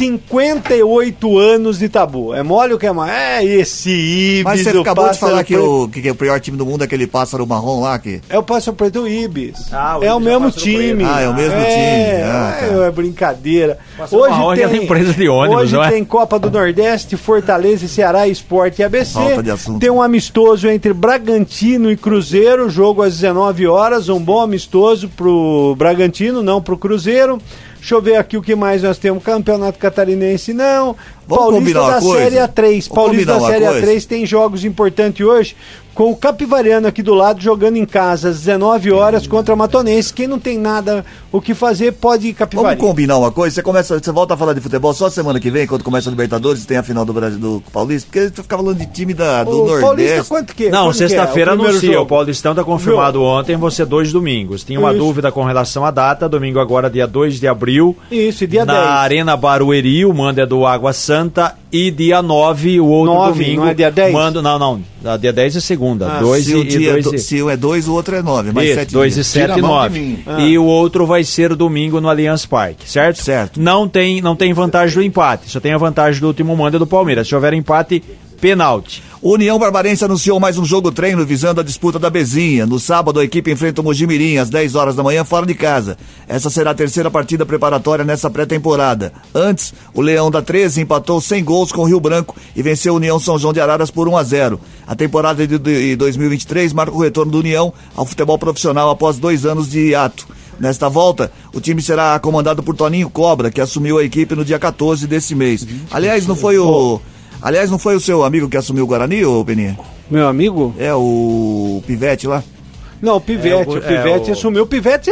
58 anos de tabu. É mole o que é mais? Esse Ibis. Mas você acabou de falar que o pior time do mundo é aquele pássaro marrom lá? É o pássaro preto, o Ibis. É o mesmo time. É o mesmo time. É brincadeira. Hoje tem empresa de ônibus, hoje tem Copa do Nordeste, Fortaleza e Ceará, Sport e ABC. Tem um amistoso entre Bragantino e Cruzeiro, jogo às 19 horas, um bom amistoso pro Bragantino, não pro Cruzeiro. Deixa eu ver aqui o que mais nós temos. Campeonato Catarinense, não. Paulista da Série A3. Paulista da Série A3 tem jogos importantes hoje, com o Capivariano aqui do lado, jogando em casa às 19 horas contra a Matonense. Quem não tem nada o que fazer, pode ir Capivari. Vamos combinar uma coisa? Você volta a falar de futebol só semana que vem, quando começa a Libertadores, tem a final do Brasil, do Paulista, porque você fica falando de time do Nordeste. Paulista, quanto que é? Não, sexta-feira anuncia. O Paulistão está confirmado ontem, vão ser 2 domingos. Tinha uma dúvida com relação à data, domingo agora, dia 2 de abril. Isso, dia 10. Na Arena Barueri, o mando é do Água Santa, e dia 9, o outro 9, domingo. Não é dia 10? Não. Dia 10 é segunda. Se um é 2, o outro é 9. Mais 7 2 e 7 e 9. E o outro vai ser domingo no Allianz Parque, certo? Certo. Não tem vantagem do empate, só tem a vantagem do último mando do Palmeiras. Se houver empate, pênalti. União Barbarense anunciou mais um jogo-treino visando a disputa da Bezinha. No sábado, a equipe enfrenta o Mojimirim às 10 horas da manhã, fora de casa. Essa será a terceira partida preparatória nessa pré-temporada. Antes, o Leão da 13 empatou 100 gols com o Rio Branco e venceu a União São João de Araras por 1-0. A temporada de 2023 marca o retorno do União ao futebol profissional após 2 anos de hiato. Nesta volta, o time será comandado por Toninho Cobra, que assumiu a equipe no dia 14 desse mês. Aliás, não foi o seu amigo que assumiu o Guarani, ô Peninha? Meu amigo? É, o Pivete lá? Não, o Pivete assumiu. O Pivete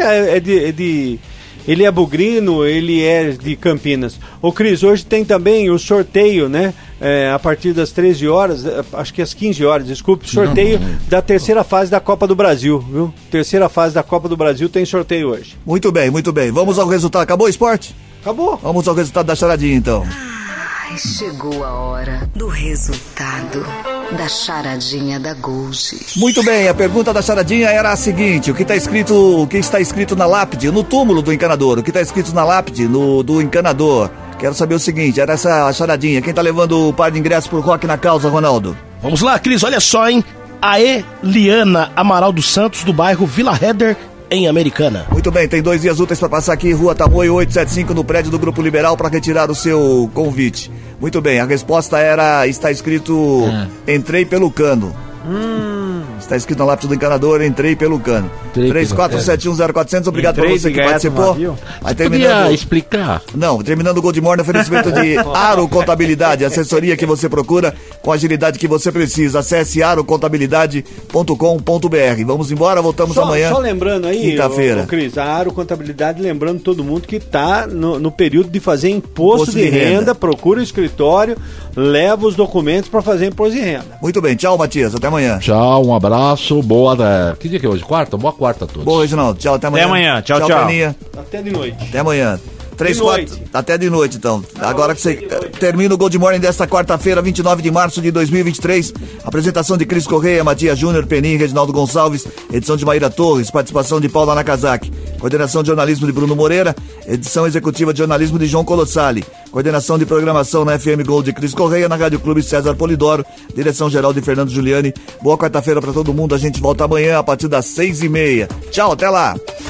ele é bugrino, ele é de Campinas. Ô Cris, hoje tem também o sorteio, né? A partir das 13 horas, acho que às 15 horas, desculpe, sorteio da terceira fase da Copa do Brasil, viu? Terceira fase da Copa do Brasil tem sorteio hoje. Muito bem, muito bem. Vamos ao resultado. Acabou o esporte? Acabou. Vamos ao resultado da charadinha, então. Chegou a hora do resultado da charadinha da Gold. Muito bem, a pergunta da charadinha era a seguinte: o que está escrito na lápide, no túmulo do encanador? O que está escrito na lápide do encanador? Quero saber o seguinte, era essa a charadinha. Quem tá levando o par de ingressos pro Rock na Causa, Ronaldo? Vamos lá, Cris, olha só, hein? A Eliana Amaral dos Santos, do bairro Vila Redder, em Americana. Muito bem, tem 2 dias úteis para passar aqui, Rua Tamoio 875, no prédio do Grupo Liberal, para retirar o seu convite. Muito bem, a resposta está escrito entrei pelo cano. Está escrito na lápide do encanador, entrei pelo cano. 34710400, obrigado para você que participou. Aí, podia explicar? Não, terminando o Gold Morning, oferecimento de Aro Contabilidade, assessoria que você procura com a agilidade que você precisa. Acesse arocontabilidade.com.br. Vamos embora, voltamos amanhã. Só lembrando aí, quinta-feira. Cris, a Aro Contabilidade, lembrando todo mundo que está no período de fazer imposto de renda, procura o escritório, leva os documentos para fazer imposto de renda. Muito bem, tchau, Matias, até amanhã. Tchau, um abraço, boa. Que dia que é hoje? Quarta? Boa quarta a todos. Boa, Reginaldo, tchau, até amanhã. Até amanhã, tchau. Até de noite. Até amanhã. 4, até de noite, então. Agora que você termina o Gold Morning desta quarta-feira, 29 de março de 2023. Apresentação de Cris Correia, Matias Júnior, Penin, Reginaldo Gonçalves. Edição de Maíra Torres. Participação de Paula Nakazaki. Coordenação de jornalismo de Bruno Moreira. Edição executiva de jornalismo de João Colossali. Coordenação de programação na FM Gold de Cris Correia, na Rádio Clube César Polidoro. Direção geral de Fernando Giuliani. Boa quarta-feira pra todo mundo. A gente volta amanhã a partir das 6:30. Tchau, até lá.